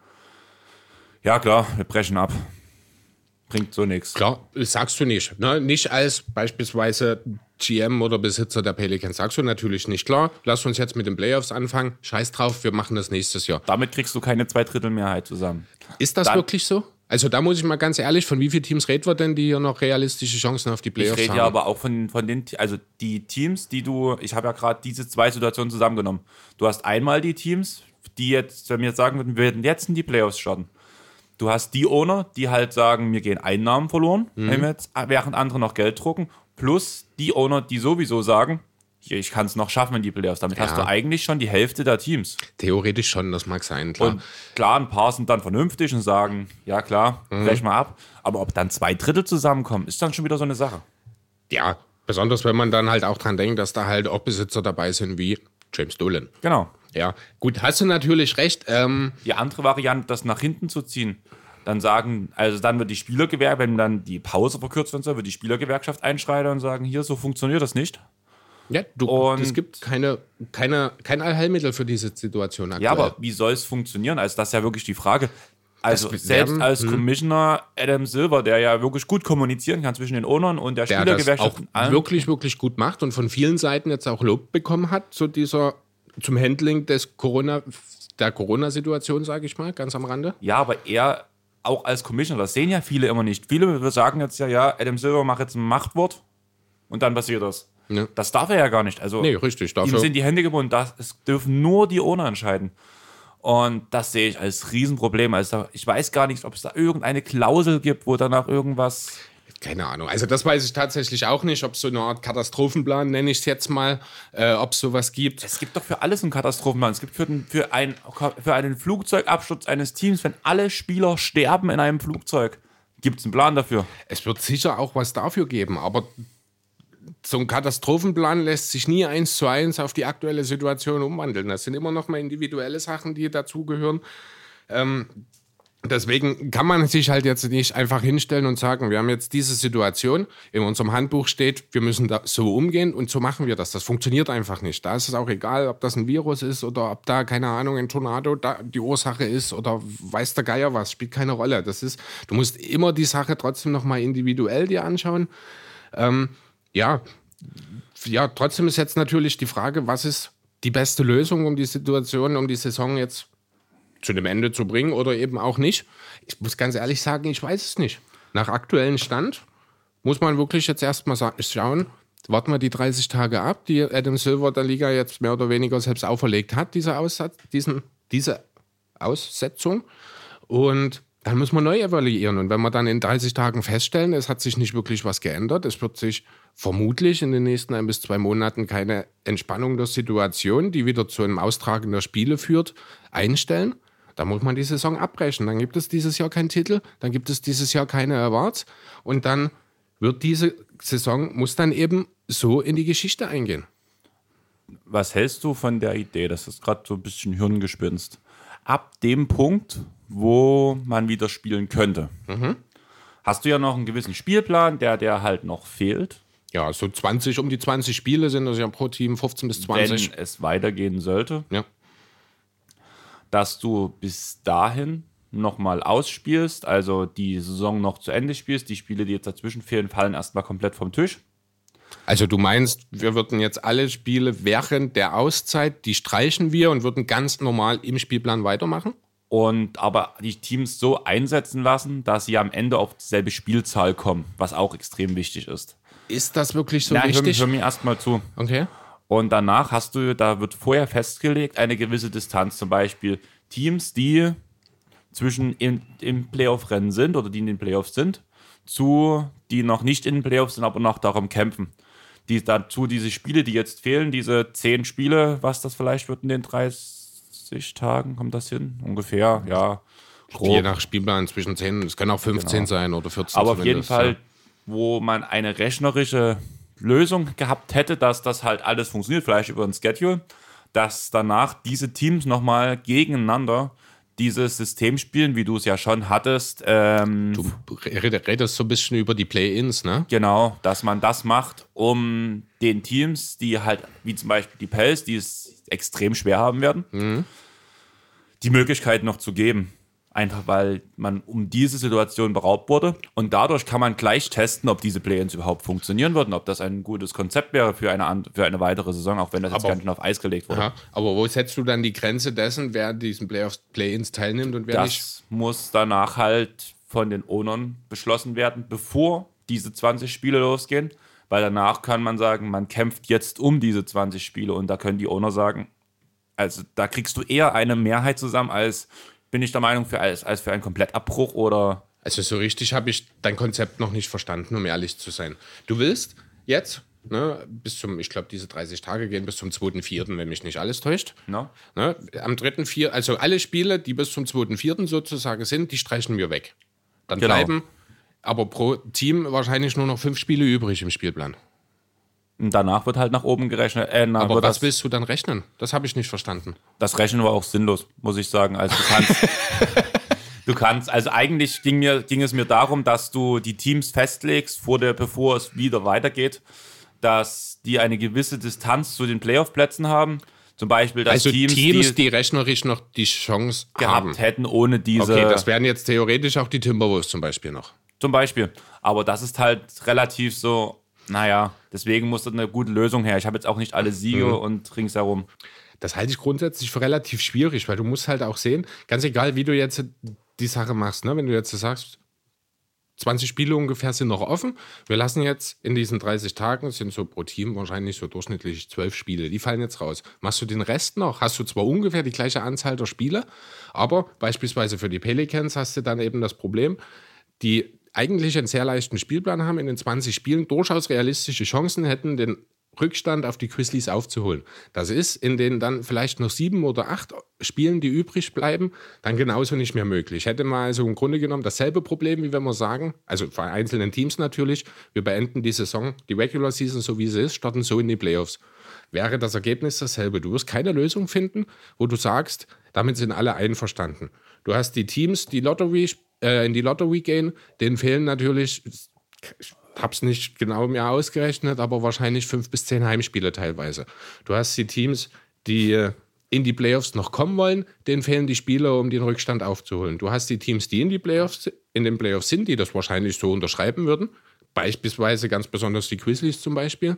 Ja klar, wir brechen ab. Bringt so nichts. Klar, sagst du nicht. Ne? Nicht als beispielsweise GM oder Besitzer der Pelicans. Sagst du natürlich nicht. Klar, lass uns jetzt mit den Playoffs anfangen. Scheiß drauf, wir machen das nächstes Jahr. Damit kriegst du keine 2/3 Mehrheit zusammen. Ist das wirklich so? Also da muss ich mal ganz ehrlich, von wie vielen Teams reden wir denn, die hier noch realistische Chancen auf die Playoffs haben? Ich rede ja aber auch von den, also die Teams, ich habe ja gerade diese zwei Situationen zusammengenommen. Du hast einmal die Teams, die jetzt, wenn wir jetzt sagen würden, wir werden jetzt in die Playoffs starten. Du hast die Owner, die halt sagen, mir gehen Einnahmen verloren, wenn wir jetzt, während andere noch Geld drucken. Plus die Owner, die sowieso sagen, hier, ich kann es noch schaffen in die Playoffs. Damit hast du eigentlich schon die Hälfte der Teams. Theoretisch schon, das mag sein, klar. Und klar, ein paar sind dann vernünftig und sagen, ja klar, brech mal ab. Aber ob dann 2/3 zusammenkommen, ist dann schon wieder so eine Sache. Ja, besonders wenn man dann halt auch dran denkt, dass da halt auch Besitzer dabei sind wie James Dolan. Genau. Ja, gut, hast du natürlich recht. Die andere Variante, das nach hinten zu ziehen, dann wird die Spielergewerkschaft, wenn dann die Pause verkürzt werden soll, wird die Spielergewerkschaft einschreiten und sagen, hier, so funktioniert das nicht. Ja, es gibt kein Allheilmittel für diese Situation aktuell. Ja, aber wie soll es funktionieren? Also das ist ja wirklich die Frage. Also selbst als Commissioner Adam Silver, der ja wirklich gut kommunizieren kann zwischen den Ownern und der Spielergewerkschaft. Der das auch wirklich, wirklich gut macht und von vielen Seiten jetzt auch Lob bekommen hat zum Handling der Corona-Situation, sage ich mal, ganz am Rande. Ja, aber er auch als Commissioner, das sehen ja viele immer nicht. Viele sagen jetzt ja, Adam Silver macht jetzt ein Machtwort und dann passiert das. Ja. Das darf er ja gar nicht. Also, nee, richtig. Ihm sind die Hände gebunden. Es dürfen nur die Owner entscheiden. Und das sehe ich als Riesenproblem. Also ich weiß gar nicht, ob es da irgendeine Klausel gibt, wo danach irgendwas... Keine Ahnung. Also das weiß ich tatsächlich auch nicht, ob es so eine Art Katastrophenplan, nenne ich es jetzt mal, ob es sowas gibt. Es gibt doch für alles einen Katastrophenplan. Es gibt für einen Flugzeugabsturz eines Teams, wenn alle Spieler sterben in einem Flugzeug, gibt es einen Plan dafür. Es wird sicher auch was dafür geben, aber so ein Katastrophenplan lässt sich nie 1:1 auf die aktuelle Situation umwandeln. Das sind immer noch mal individuelle Sachen, die dazugehören. Deswegen kann man sich halt jetzt nicht einfach hinstellen und sagen, wir haben jetzt diese Situation, in unserem Handbuch steht, wir müssen da so umgehen und so machen wir das. Das funktioniert einfach nicht. Da ist es auch egal, ob das ein Virus ist oder ob da, keine Ahnung, ein Tornado da die Ursache ist oder weiß der Geier was, spielt keine Rolle. Du musst immer die Sache trotzdem nochmal individuell dir anschauen. Ja, trotzdem ist jetzt natürlich die Frage, was ist die beste Lösung, um die Situation, um die Saison jetzt zu dem Ende zu bringen oder eben auch nicht. Ich muss ganz ehrlich sagen, ich weiß es nicht. Nach aktuellem Stand muss man wirklich jetzt erstmal schauen, warten wir die 30 Tage ab, die Adam Silver der Liga jetzt mehr oder weniger selbst auferlegt hat, diese Aussetzung. Und dann muss man neu evaluieren. Und wenn wir dann in 30 Tagen feststellen, es hat sich nicht wirklich was geändert, es wird sich vermutlich in den nächsten 1 bis 2 Monaten keine Entspannung der Situation, die wieder zu einem Austragen der Spiele führt, einstellen, dann muss man die Saison abbrechen. Dann gibt es dieses Jahr keinen Titel, dann gibt es dieses Jahr keine Awards und dann wird diese Saison, muss dann eben so in die Geschichte eingehen. Was hältst du von der Idee? Das ist gerade so ein bisschen Hirngespinst. Ab dem Punkt, wo man wieder spielen könnte, hast du ja noch einen gewissen Spielplan, der halt noch fehlt. Ja, so um die 20 Spiele sind das ja pro Team, 15 bis 20. Wenn es weitergehen sollte. Ja. Dass du bis dahin nochmal ausspielst, also die Saison noch zu Ende spielst, die Spiele, die jetzt dazwischen fehlen, fallen erstmal komplett vom Tisch. Also du meinst, wir würden jetzt alle Spiele während der Auszeit, die streichen wir und würden ganz normal im Spielplan weitermachen? Und aber die Teams so einsetzen lassen, dass sie am Ende auf dieselbe Spielzahl kommen, was auch extrem wichtig ist. Ist das wirklich so wichtig? Hör mir erstmal zu. Okay. Und danach da wird vorher festgelegt, eine gewisse Distanz. Zum Beispiel Teams, die im Playoff-Rennen sind oder die in den Playoffs sind, zu, die noch nicht in den Playoffs sind, aber noch darum kämpfen. Diese Spiele, die jetzt fehlen, diese 10 Spiele, was das vielleicht wird in den 30 Tagen, kommt das hin? Ungefähr, ja. Grob. Je nach Spielplan zwischen 10, es können auch 15 sein oder 14. Aber auf jeden Fall, wo man eine rechnerische Lösung gehabt hätte, dass das halt alles funktioniert, vielleicht über ein Schedule, dass danach diese Teams nochmal gegeneinander dieses System spielen, wie du es ja schon hattest. Du redest so ein bisschen über die Play-Ins, ne? Genau, dass man das macht, um den Teams, die halt, wie zum Beispiel die Pels, die es extrem schwer haben werden, die Möglichkeit noch zu geben. Einfach weil man um diese Situation beraubt wurde. Und dadurch kann man gleich testen, ob diese Play-Ins überhaupt funktionieren würden, ob das ein gutes Konzept wäre für eine weitere Saison, auch wenn das jetzt ganz schön auf Eis gelegt wurde. Aha, aber wo setzt du dann die Grenze dessen, wer diesen Play-Ins teilnimmt und wer nicht? Das muss danach halt von den Ownern beschlossen werden, bevor diese 20 Spiele losgehen. Weil danach kann man sagen, man kämpft jetzt um diese 20 Spiele und da können die Owner sagen, also da kriegst du eher eine Mehrheit zusammen als, bin ich der Meinung, als für einen Komplettabbruch oder. Also so richtig habe ich dein Konzept noch nicht verstanden, um ehrlich zu sein. Du willst jetzt, ne, ich glaube, diese 30 Tage gehen bis zum 2.4., wenn mich nicht alles täuscht. No. Ne, am 3.4., also alle Spiele, die bis zum 2.4. sozusagen sind, die streichen wir weg. Dann bleiben aber pro Team wahrscheinlich nur noch 5 Spiele übrig im Spielplan. Und danach wird halt nach oben gerechnet. Aber was willst du dann rechnen? Das habe ich nicht verstanden. Das Rechnen war auch sinnlos, muss ich sagen. Also du kannst, also eigentlich ging es mir darum, dass du die Teams festlegst, bevor es wieder weitergeht, dass die eine gewisse Distanz zu den Playoff-Plätzen haben. Zum Beispiel, dass also Teams, die rechnerisch noch die Chance gehabt hätten, ohne diese. Okay, das wären jetzt theoretisch auch die Timberwolves zum Beispiel noch. Zum Beispiel. Aber das ist halt relativ so. Naja, deswegen muss da eine gute Lösung her. Ich habe jetzt auch nicht alle Siege und ringsherum. Das halte ich grundsätzlich für relativ schwierig, weil du musst halt auch sehen, ganz egal, wie du jetzt die Sache machst, ne? Wenn du jetzt sagst, 20 Spiele ungefähr sind noch offen, wir lassen jetzt in diesen 30 Tagen, sind so pro Team wahrscheinlich so durchschnittlich 12 Spiele, die fallen jetzt raus. Machst du den Rest noch, hast du zwar ungefähr die gleiche Anzahl der Spiele, aber beispielsweise für die Pelicans hast du dann eben das Problem, die eigentlich einen sehr leichten Spielplan haben, in den 20 Spielen durchaus realistische Chancen hätten, den Rückstand auf die Grizzlies aufzuholen. Das ist in den dann vielleicht noch 7 oder 8 Spielen, die übrig bleiben, dann genauso nicht mehr möglich. Hätte man also im Grunde genommen dasselbe Problem, wie wenn wir sagen, also bei einzelnen Teams natürlich, wir beenden die Saison, die Regular Season, so wie sie ist, starten so in die Playoffs. Wäre das Ergebnis dasselbe. Du wirst keine Lösung finden, wo du sagst, damit sind alle einverstanden. Du hast die Teams, die in die Lottery gehen, denen fehlen natürlich, ich habe es nicht genau mir ausgerechnet, aber wahrscheinlich 5 bis 10 Heimspiele teilweise. Du hast die Teams, die in die Playoffs noch kommen wollen, denen fehlen die Spiele, um den Rückstand aufzuholen. Du hast die Teams, die in den Playoffs sind, die das wahrscheinlich so unterschreiben würden, beispielsweise ganz besonders die Grizzlies zum Beispiel,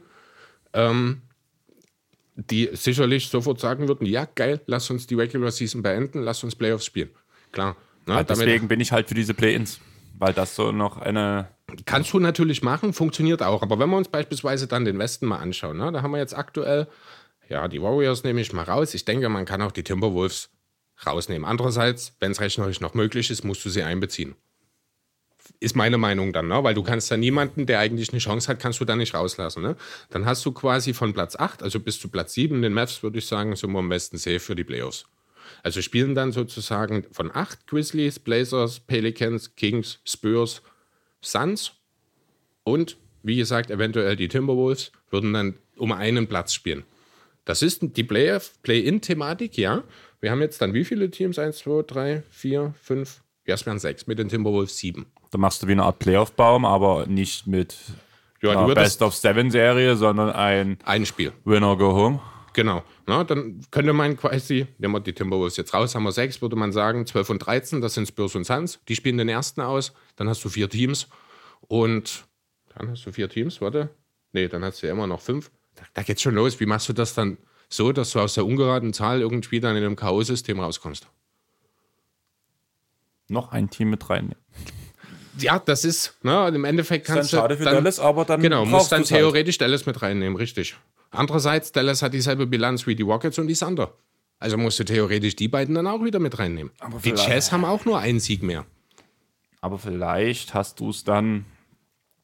die sicherlich sofort sagen würden, ja geil, lass uns die Regular Season beenden, lass uns Playoffs spielen. Klar. Ne, ja, deswegen bin ich halt für diese Play-Ins, weil das so noch eine. Kannst du natürlich machen, funktioniert auch. Aber wenn wir uns beispielsweise dann den Westen mal anschauen, ne, da haben wir jetzt aktuell, ja, die Warriors nehme ich mal raus. Ich denke, man kann auch die Timberwolves rausnehmen. Andererseits, wenn es rechnerisch noch möglich ist, musst du sie einbeziehen. Ist meine Meinung dann, ne? Weil du kannst da niemanden, der eigentlich eine Chance hat, kannst du da nicht rauslassen. Ne? Dann hast du quasi von Platz 8, also bis zu Platz 7, den Mavs, würde ich sagen, sind wir am besten safe für die Playoffs. Also spielen dann sozusagen von 8 Grizzlies, Blazers, Pelicans, Kings, Spurs, Suns und, wie gesagt, eventuell die Timberwolves würden dann um einen Platz spielen. Das ist die Play-In-Thematik, ja. Wir haben jetzt dann wie viele Teams? 1, 2, 3, 4, 5, ja, es wären 6, mit den Timberwolves 7. Da machst du wie eine Art Playoff-Baum, aber nicht mit einer Best-of-7-Serie, sondern ein Spiel. Winner go home. Genau. Na, dann könnte man quasi, nehmen wir die Timberwolves jetzt raus, haben wir 6, würde man sagen, 12 und 13, das sind Spurs und Suns. Die spielen den ersten aus, dann hast du 4 Teams. Und dann hast du 4 Teams, warte. Nee, dann hast du ja immer noch 5. Da geht's schon los. Wie machst du das dann so, dass du aus der ungeraden Zahl irgendwie dann in einem K.O.-System rauskommst? Noch ein Team mit rein. Ja, das ist, ne, im Endeffekt kannst du. Schade für Dallas, aber dann. Genau, musst dann theoretisch halt Dallas mit reinnehmen, richtig. Andererseits, Dallas hat dieselbe Bilanz wie die Rockets und die Thunder. Also musst du theoretisch die beiden dann auch wieder mit reinnehmen. Die Jazz haben auch nur einen Sieg mehr. Aber vielleicht hast du es dann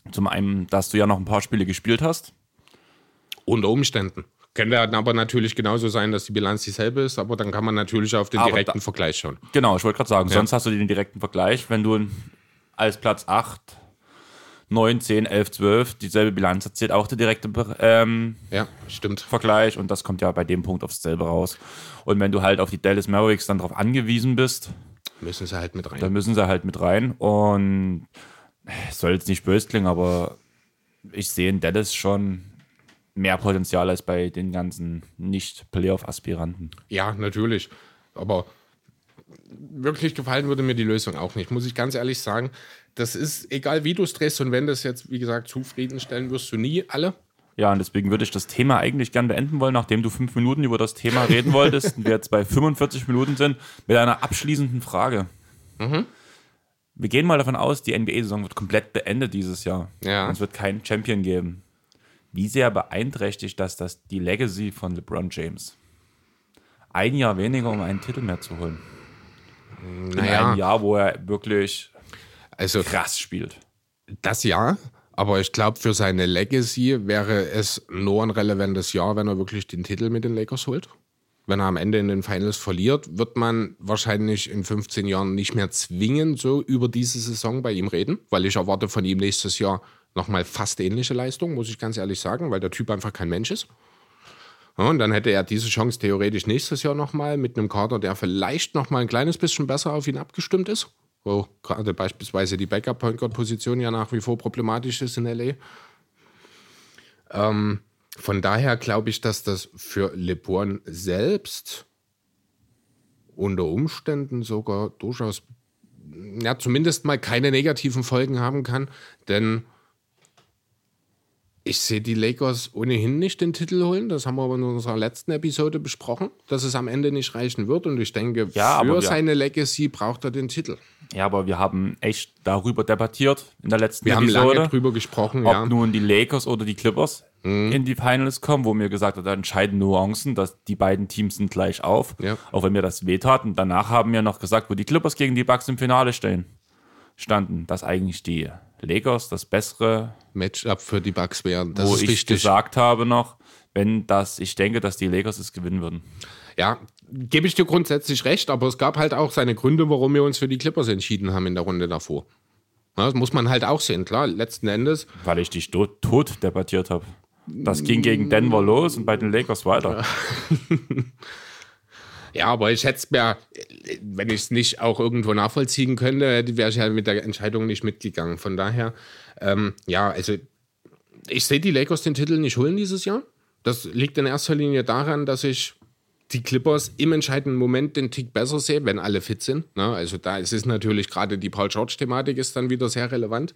Zum einen, dass du ja noch ein paar Spiele gespielt hast. Unter Umständen. Könnte dann aber natürlich genauso sein, dass die Bilanz dieselbe ist, aber dann kann man natürlich auf den direkten Vergleich schauen. Genau, ich wollte gerade sagen, sonst hast du den direkten Vergleich, wenn du als Platz 8, 9, 10, 11, 12 dieselbe Bilanz hat, zählt auch der direkte stimmt. Vergleich und das kommt ja bei dem Punkt aufs selbe raus. Und wenn du halt auf die Dallas Mavericks dann darauf angewiesen bist, müssen sie halt mit rein. Dann müssen sie halt mit rein und es soll jetzt nicht böse klingen, aber ich sehe in Dallas schon mehr Potenzial als bei den ganzen Nicht-Playoff-Aspiranten. Ja, natürlich. Aber wirklich gefallen würde mir die Lösung auch nicht, muss ich ganz ehrlich sagen. Das ist, egal wie du es drehst und wenn das jetzt, wie gesagt, zufriedenstellen wirst du nie alle. Ja, und deswegen würde ich das Thema eigentlich gern beenden wollen, nachdem du 5 Minuten über das Thema reden wolltest und wir jetzt bei 45 Minuten sind, mit einer abschließenden Frage. Wir gehen mal davon aus, die NBA-Saison wird komplett beendet dieses Jahr. Ja. Und es wird keinen Champion geben. Wie sehr beeinträchtigt das die Legacy von LeBron James? Ein Jahr weniger, um einen Titel mehr zu holen. In einem Jahr, wo er wirklich krass spielt. Das Jahr, aber ich glaube, für seine Legacy wäre es nur ein relevantes Jahr, wenn er wirklich den Titel mit den Lakers holt. Wenn er am Ende in den Finals verliert, wird man wahrscheinlich in 15 Jahren nicht mehr zwingend so über diese Saison bei ihm reden, weil ich erwarte von ihm nächstes Jahr nochmal fast ähnliche Leistung, muss ich ganz ehrlich sagen, weil der Typ einfach kein Mensch ist. Ja, und dann hätte er diese Chance theoretisch nächstes Jahr nochmal mit einem Kader, der vielleicht nochmal ein kleines bisschen besser auf ihn abgestimmt ist, wo gerade beispielsweise die Backup-Point-Guard-Position ja nach wie vor problematisch ist in L.A. Von daher glaube ich, dass das für LeBron selbst unter Umständen sogar durchaus zumindest mal keine negativen Folgen haben kann, denn ich sehe die Lakers ohnehin nicht den Titel holen. Das haben wir aber in unserer letzten Episode besprochen, dass es am Ende nicht reichen wird. Und ich denke, für seine Legacy braucht er den Titel. Ja, aber wir haben echt darüber debattiert in der letzten Episode. Wir haben lange drüber gesprochen, ob nun die Lakers oder die Clippers in die Finals kommen, wo mir gesagt hat, da entscheiden Nuancen, dass die beiden Teams sind gleich auf. Ja. Auch wenn mir das wehtat. Und danach haben wir noch gesagt, wo die Clippers gegen die Bucks im Finale standen, dass eigentlich die Lakers das bessere Matchup für die Bucks wären. Das ist wichtig. Gesagt habe noch, ich denke, dass die Lakers es gewinnen würden. Ja, gebe ich dir grundsätzlich recht, aber es gab halt auch seine Gründe, warum wir uns für die Clippers entschieden haben in der Runde davor. Ja, das muss man halt auch sehen, klar, letzten Endes. Weil ich dich tot debattiert habe. Das ging gegen Denver los und bei den Lakers weiter. Ja, aber ich hätte es mir, wenn ich es nicht auch irgendwo nachvollziehen könnte, wäre ich halt mit der Entscheidung nicht mitgegangen. Von daher, also ich sehe die Lakers den Titel nicht holen dieses Jahr. Das liegt in erster Linie daran, dass ich die Clippers im entscheidenden Moment den Tick besser sehe, wenn alle fit sind. Ne? Also da ist es natürlich gerade die Paul George-Thematik ist dann wieder sehr relevant.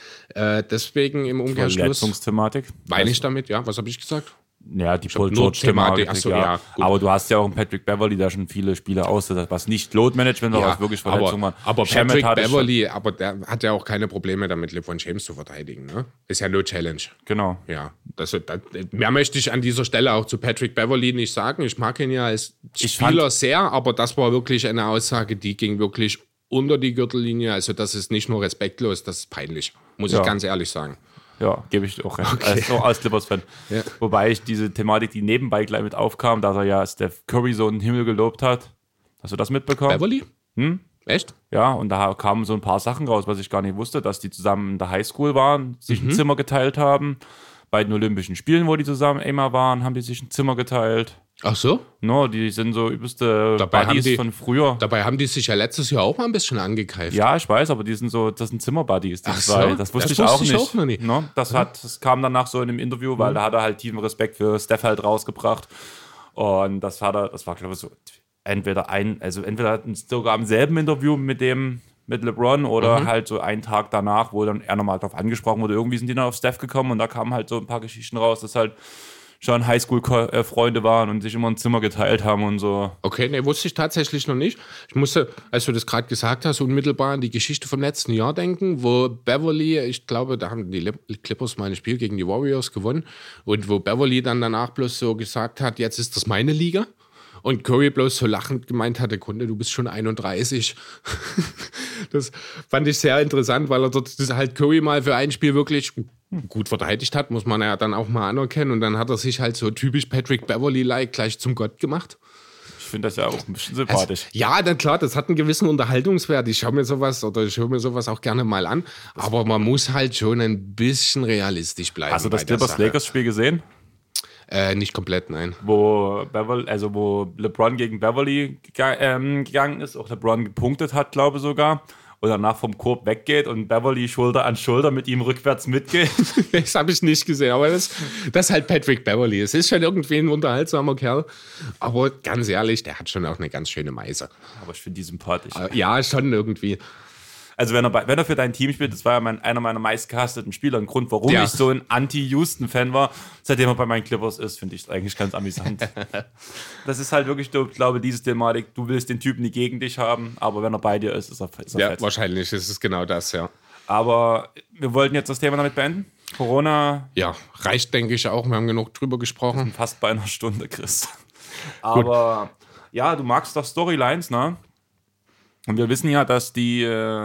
Deswegen im Umkehrschluss. Verletzungsthematik. Meine ich damit, ja. Was habe ich gesagt? Ja, die Paul George-Thematik. Ja. Aber du hast ja auch einen Patrick Beverley, der schon viele Spiele aussetzt, was nicht Load-Management war, was wirklich Verletzungen waren. Aber Patrick Beverley, der hat ja auch keine Probleme damit, LeBron James zu verteidigen. Ne? Ist ja no Challenge. Genau. Ja, mehr möchte ich an dieser Stelle auch zu Patrick Beverley nicht sagen. Ich mag ihn ja als Spieler sehr, aber das war wirklich eine Aussage, die ging wirklich unter die Gürtellinie. Also das ist nicht nur respektlos, das ist peinlich. Muss ich ganz ehrlich sagen. Ja, gebe ich auch recht. Als Clippers-Fan. Ja. Wobei ich diese Thematik, die nebenbei gleich mit aufkam, dass er ja Steph Curry so in den Himmel gelobt hat. Hast du das mitbekommen? Beverly? Echt? Ja, und da kamen so ein paar Sachen raus, was ich gar nicht wusste, dass die zusammen in der Highschool waren, sich ein Zimmer geteilt haben. Bei den Olympischen Spielen, wo die zusammen immer waren, haben die sich ein Zimmer geteilt. Ach so? No, die sind so übelste Buddies von früher. Dabei haben die sich ja letztes Jahr auch mal ein bisschen angekeift. Ja, ich weiß, aber das sind Zimmerbuddies. Ach so? Das wusste ich auch nicht. No, das kam danach so in einem Interview, weil da hat er halt tiefen Respekt für Steph halt rausgebracht. Und das war, glaube ich, so entweder sogar am selben Interview mit LeBron oder halt so einen Tag danach, wo dann er nochmal darauf angesprochen wurde. Irgendwie sind die dann auf Steph gekommen und da kamen halt so ein paar Geschichten raus, dass halt schon Highschool-Freunde waren und sich immer ein Zimmer geteilt haben und so. Okay, ne, wusste ich tatsächlich noch nicht. Ich musste, als du das gerade gesagt hast, unmittelbar an die Geschichte vom letzten Jahr denken, wo Beverly, ich glaube, da haben die Clippers mal ein Spiel gegen die Warriors gewonnen und wo Beverly dann danach bloß so gesagt hat, jetzt ist das meine Liga. und Curry bloß so lachend gemeint hatte, Kunde, du bist schon 31. Das fand ich sehr interessant, weil er dort das halt Curry mal für ein Spiel wirklich gut verteidigt hat, muss man ja dann auch mal anerkennen. Und dann hat er sich halt so typisch Patrick Beverley-like gleich zum Gott gemacht. Ich finde das ja auch ein bisschen sympathisch. Ja, dann klar, das hat einen gewissen Unterhaltungswert. Ich höre mir sowas auch gerne mal an. Aber man muss halt schon ein bisschen realistisch bleiben. Hast du das Clippers-Lakers-Spiel gesehen? Nicht komplett, nein. Wo LeBron gegen Beverly gegangen ist, auch LeBron gepunktet hat, glaube ich sogar. Und danach vom Korb weggeht und Beverly Schulter an Schulter mit ihm rückwärts mitgeht. Das habe ich nicht gesehen, aber das ist halt Patrick Beverley. Es ist schon irgendwie ein unterhaltsamer Kerl. Aber ganz ehrlich, der hat schon auch eine ganz schöne Meise. Aber ich finde die sympathisch. Ja, schon irgendwie. Also wenn er für dein Team spielt, das war ja einer meiner meistgehassteten Spieler. Ein Grund, warum ich so ein Anti-Houston-Fan war, seitdem er bei meinen Clippers ist, finde ich es eigentlich ganz amüsant. Das ist halt wirklich, ich glaube, diese Thematik, du willst den Typen nie gegen dich haben, aber wenn er bei dir ist er ja, fett. Wahrscheinlich ist es genau das, ja. Aber wir wollten jetzt das Thema damit beenden. Corona. Ja, reicht, denke ich auch. Wir haben genug drüber gesprochen. Fast bei einer Stunde, Chris. Aber ja, du magst doch Storylines, ne? Und wir wissen ja, dass die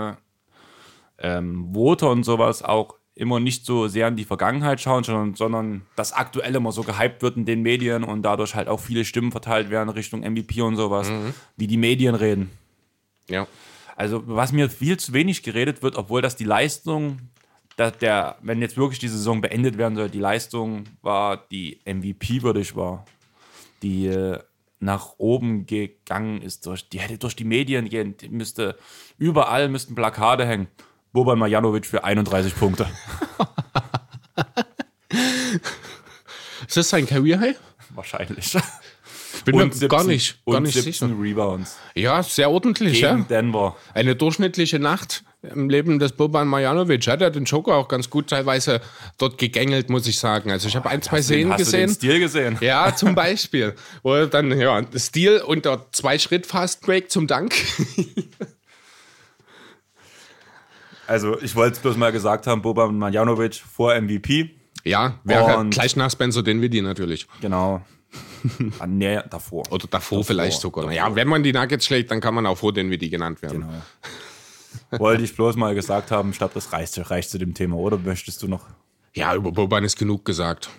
Voter und sowas auch immer nicht so sehr in die Vergangenheit schauen, sondern das Aktuelle immer so gehypt wird in den Medien und dadurch halt auch viele Stimmen verteilt werden Richtung MVP und sowas, wie die Medien reden. Ja. Also was mir viel zu wenig geredet wird, obwohl das die Leistung, wenn jetzt wirklich die Saison beendet werden soll, die Leistung war, die MVP-würdig war, die nach oben gegangen ist, die hätte durch die Medien gehen, überall müssten Plakate hängen. Boban Marjanovic für 31 Punkte. Ist das sein Career-High? Wahrscheinlich. Ich bin mir gar nicht 17 sicher. Rebounds. Ja, sehr ordentlich, Gegen ja. Denver. Eine durchschnittliche Nacht im Leben des Boban Marjanovic. Hat er den Joker auch ganz gut teilweise dort gegängelt, muss ich sagen. Also ich habe ein, zwei Szenen gesehen. Hast du den Stil gesehen? Ja, zum Beispiel. Wo er dann, Stil und der 2-Schritt-Fast-Break zum Dank. Also ich wollte es bloß mal gesagt haben, Boban Marjanovic vor MVP. Ja, wäre gleich nach Spencer Dinwiddie natürlich. Genau. Nee, davor. Oder davor vielleicht sogar. Davor. Ja, wenn man die Nuggets schlägt, dann kann man auch vor Dinwiddie genannt werden. Genau. Wollte ich bloß mal gesagt haben, ich glaube, das reicht zu dem Thema, oder möchtest du noch? Ja, über Boban ist genug gesagt.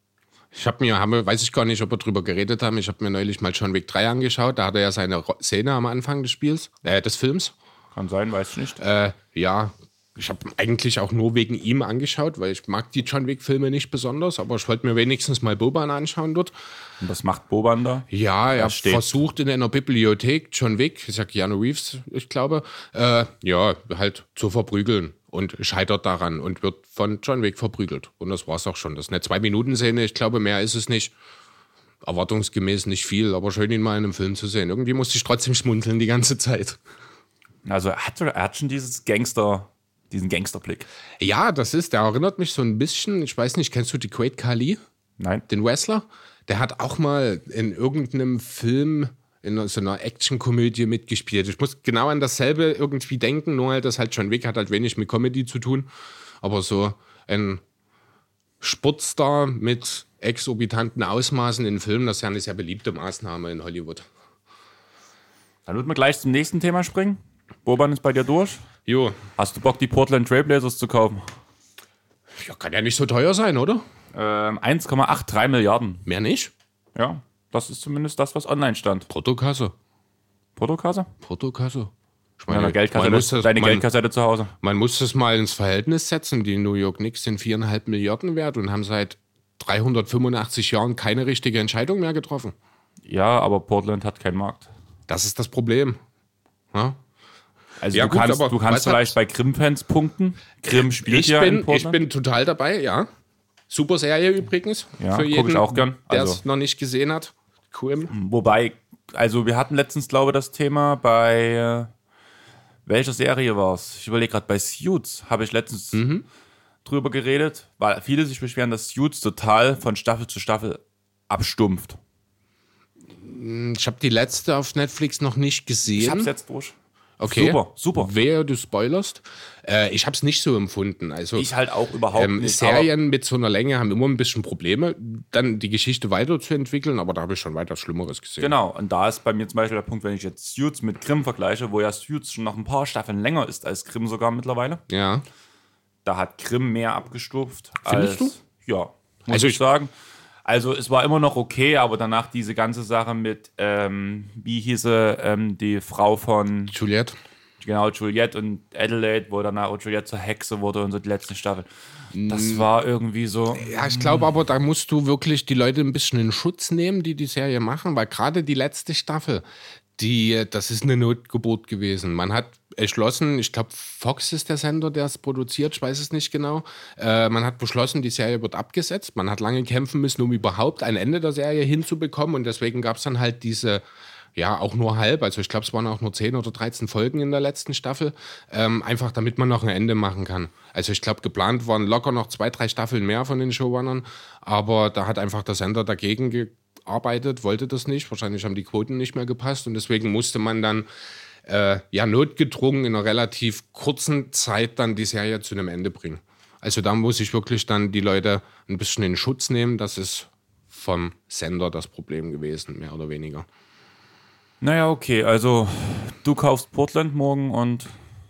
Weiß ich gar nicht, ob wir drüber geredet haben, ich habe mir neulich mal John Wick 3 angeschaut, da hat er ja seine Szene am Anfang des Films. Kann sein, weiß ich nicht. Ja, ich habe eigentlich auch nur wegen ihm angeschaut, weil ich mag die John Wick-Filme nicht besonders, aber ich wollte mir wenigstens mal Boban anschauen dort. Und was macht Boban da? Ja, er versucht in einer Bibliothek John Wick, ich sag Keanu Reeves, ich glaube, halt zu verprügeln und scheitert daran und wird von John Wick verprügelt. Und das war's auch schon. Das ist eine 2-Minuten-Szene, ich glaube, mehr ist es nicht. Erwartungsgemäß nicht viel, aber schön, ihn mal in einem Film zu sehen. Irgendwie musste ich trotzdem schmunzeln die ganze Zeit. Also er hat schon diesen Gangsterblick. Ja, der erinnert mich so ein bisschen, ich weiß nicht, kennst du die Quaid Khali? Nein. Den Wrestler? Der hat auch mal in irgendeinem Film, in so einer Actionkomödie mitgespielt. Ich muss genau an dasselbe irgendwie denken, nur halt, dass halt John Wick hat halt wenig mit Comedy zu tun. Aber so ein Sportstar mit exorbitanten Ausmaßen in Filmen, das ist ja eine sehr beliebte Maßnahme in Hollywood. Dann würden wir gleich zum nächsten Thema springen. Boban ist bei dir durch. Jo. Hast du Bock, die Portland Trail Blazers zu kaufen? Ja, kann ja nicht so teuer sein, oder? 1,83 Milliarden. Mehr nicht? Ja, das ist zumindest das, was online stand. Bruttokasse. Bruttokasse? Ich meine, deine Geldkassette zu Hause. Man muss das mal ins Verhältnis setzen. Die New York Knicks sind 4,5 Milliarden wert und haben seit 385 Jahren keine richtige Entscheidung mehr getroffen. Ja, aber Portland hat keinen Markt. Das ist das Problem. Ja? Also ja, du kannst vielleicht bei Grimm-Fans punkten. Grimm spielt in Portland. Ich bin total dabei, ja. Super Serie übrigens. Ja, für jeden, ich auch gern. Der es noch nicht gesehen hat. Cool. Wobei, also wir hatten letztens, glaube ich, das Thema bei welcher Serie war es? Ich überlege gerade, bei Suits habe ich letztens drüber geredet, weil viele sich beschweren, dass Suits total von Staffel zu Staffel abstumpft. Ich habe die letzte auf Netflix noch nicht gesehen. Ich hab's jetzt durch. Okay. Super. Wehe, du spoilerst. Ich habe es nicht so empfunden. Also, Ich halt auch überhaupt nicht. Serien mit so einer Länge haben immer ein bisschen Probleme, dann die Geschichte weiterzuentwickeln, aber da habe ich schon weiter Schlimmeres gesehen. Genau, und da ist bei mir zum Beispiel der Punkt, wenn ich jetzt Suits mit Grimm vergleiche, wo ja Suits schon noch ein paar Staffeln länger ist als Grimm sogar mittlerweile. Ja. Da hat Grimm mehr abgestuft. Findest du? Ja, muss Also ich sagen. Also es war immer noch okay, aber danach diese ganze Sache mit, wie hieße die Frau von Juliette. Genau, Juliette und Adelaide, wo danach auch Juliette zur Hexe wurde und so die letzte Staffel. Das war irgendwie so. Ja, ich glaube aber, da musst du wirklich die Leute ein bisschen in Schutz nehmen, die Serie machen, weil gerade die letzte Staffel, das ist eine Notgeburt gewesen. Man hat beschlossen, ich glaube, Fox ist der Sender, der es produziert, ich weiß es nicht genau. Man hat beschlossen, die Serie wird abgesetzt. Man hat lange kämpfen müssen, um überhaupt ein Ende der Serie hinzubekommen. Und deswegen gab es dann halt diese, ja, auch nur halb, also ich glaube, es waren auch nur 10 oder 13 Folgen in der letzten Staffel, einfach damit man noch ein Ende machen kann. Also ich glaube, geplant waren locker noch 2, 3 Staffeln mehr von den Showrunnern, aber da hat einfach der Sender dagegen gearbeitet, wollte das nicht. Wahrscheinlich haben die Quoten nicht mehr gepasst und deswegen musste man dann notgedrungen in einer relativ kurzen Zeit dann die Serie zu einem Ende bringen. Also da muss ich wirklich dann die Leute ein bisschen in Schutz nehmen. Das ist vom Sender das Problem gewesen, mehr oder weniger. Naja, okay, also du kaufst Portland morgen und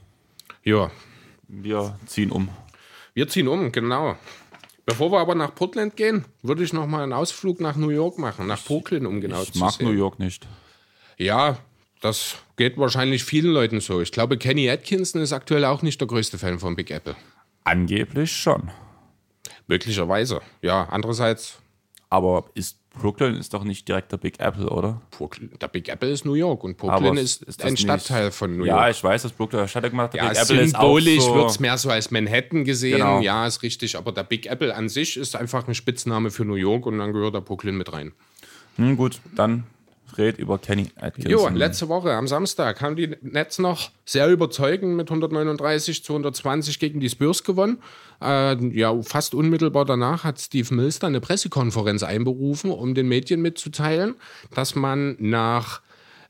Ja, wir ziehen um. wir ziehen um, genau. Bevor wir aber nach Portland gehen, würde ich noch mal einen Ausflug nach New York machen, nach Brooklyn, um genau zu Ich mag sehen. New York nicht. Ja, das geht wahrscheinlich vielen Leuten so. Ich glaube, Kenny Atkinson ist aktuell auch nicht der größte Fan von Big Apple. Angeblich schon. Möglicherweise. Ja, andererseits, Aber Brooklyn ist doch nicht direkt der Big Apple, oder? der Big Apple ist New York und Brooklyn ist das ein nicht- Stadtteil von New Ja, York. ich weiß, dass Brooklyn Stadt gemacht hat. Der Ja, Big Apple ist auch symbolisch so, wird es mehr so als Manhattan gesehen. Genau. Ja, ist richtig. Aber der Big Apple an sich ist einfach ein Spitzname für New York und dann gehört der Brooklyn mit rein. Gut, dann red über Kenny Atkinson. Jo, letzte Woche am Samstag haben die Nets noch sehr überzeugend mit 139-120 gegen die Spurs gewonnen. Ja, fast unmittelbar danach hat Steve Mills dann eine Pressekonferenz einberufen, um den Medien mitzuteilen, dass man nach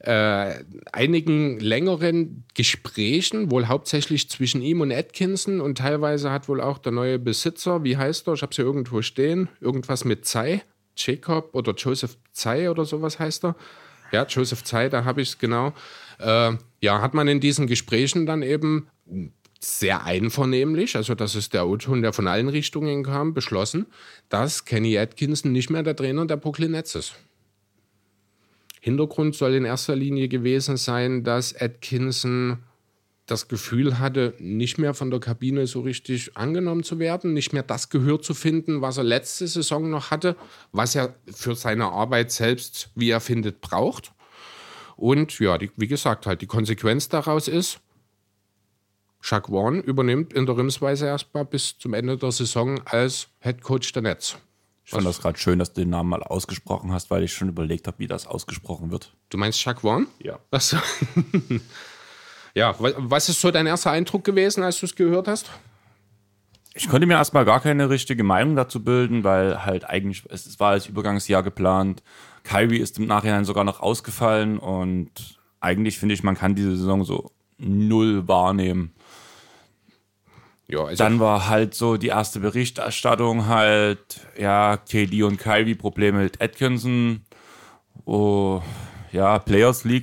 einigen längeren Gesprächen, wohl hauptsächlich zwischen ihm und Atkinson und teilweise hat wohl auch der neue Besitzer, wie heißt er, ich habe es hier irgendwo stehen, irgendwas mit Tsai, Jacob oder Joseph Tsai oder sowas heißt er. Ja, Joseph Tsai, da habe ich es genau. Ja, hat man in diesen Gesprächen dann eben sehr einvernehmlich, also das ist der O-Ton, der von allen Richtungen kam, beschlossen, dass Kenny Atkinson nicht mehr der Trainer der Brooklyn Nets ist. Hintergrund soll in erster Linie gewesen sein, dass Atkinson das Gefühl hatte, nicht mehr von der Kabine so richtig angenommen zu werden, nicht mehr das Gehör zu finden, was er letzte Saison noch hatte, was er für seine Arbeit selbst, wie er findet, braucht. Und ja, wie gesagt, halt die Konsequenz daraus ist, Jacques Vaughn übernimmt interimsweise erstmal bis zum Ende der Saison als Head Coach der Nets. Ich fand das gerade schön, dass du den Namen mal ausgesprochen hast, weil ich schon überlegt habe, wie das ausgesprochen wird. Du meinst Jacques Vaughn? Ja. Achso. Ja, was ist so dein erster Eindruck gewesen, als du es gehört hast? Ich konnte mir erstmal gar keine richtige Meinung dazu bilden, weil halt eigentlich, es war als Übergangsjahr geplant. Kyrie ist im Nachhinein sogar noch ausgefallen und eigentlich finde ich, man kann diese Saison so null wahrnehmen. Ja, also Dann war halt so die erste Berichterstattung halt, ja, KD und Kyrie Probleme mit Atkinson. Oh, ja, Players League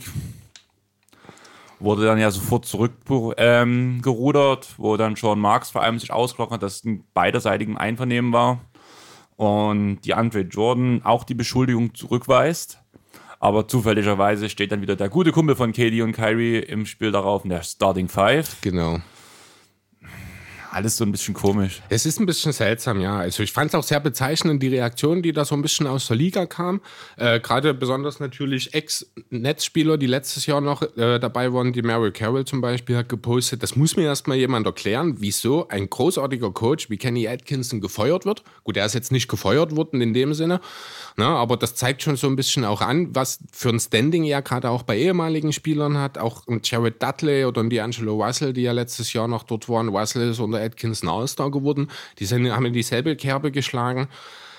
wurde dann ja sofort zurückgerudert, wo dann Sean Marks vor allem sich ausgesprochen hat, dass es ein beiderseitigem Einvernehmen war. Und die Andre Jordan auch die Beschuldigung zurückweist. Aber zufälligerweise steht dann wieder der gute Kumpel von KD und Kyrie im Spiel darauf in der Starting Five. genau. Alles so ein bisschen komisch. Es ist ein bisschen seltsam, ja. Also ich fand es auch sehr bezeichnend, die Reaktion, die da so ein bisschen aus der Liga kam. Gerade besonders natürlich Ex-Netzspieler, die letztes Jahr noch dabei waren, die Mary Carroll zum Beispiel, hat gepostet, das muss mir erstmal jemand erklären, wieso ein großartiger Coach wie Kenny Atkinson gefeuert wird. Gut, er ist jetzt nicht gefeuert worden in dem Sinne, aber das zeigt schon so ein bisschen auch an, was für ein Standing er gerade auch bei ehemaligen Spielern hat. Auch ein Jared Dudley oder ein D'Angelo Russell, die ja letztes Jahr noch dort waren. Russell ist unter Atkinson All-Star geworden. Haben in dieselbe Kerbe geschlagen.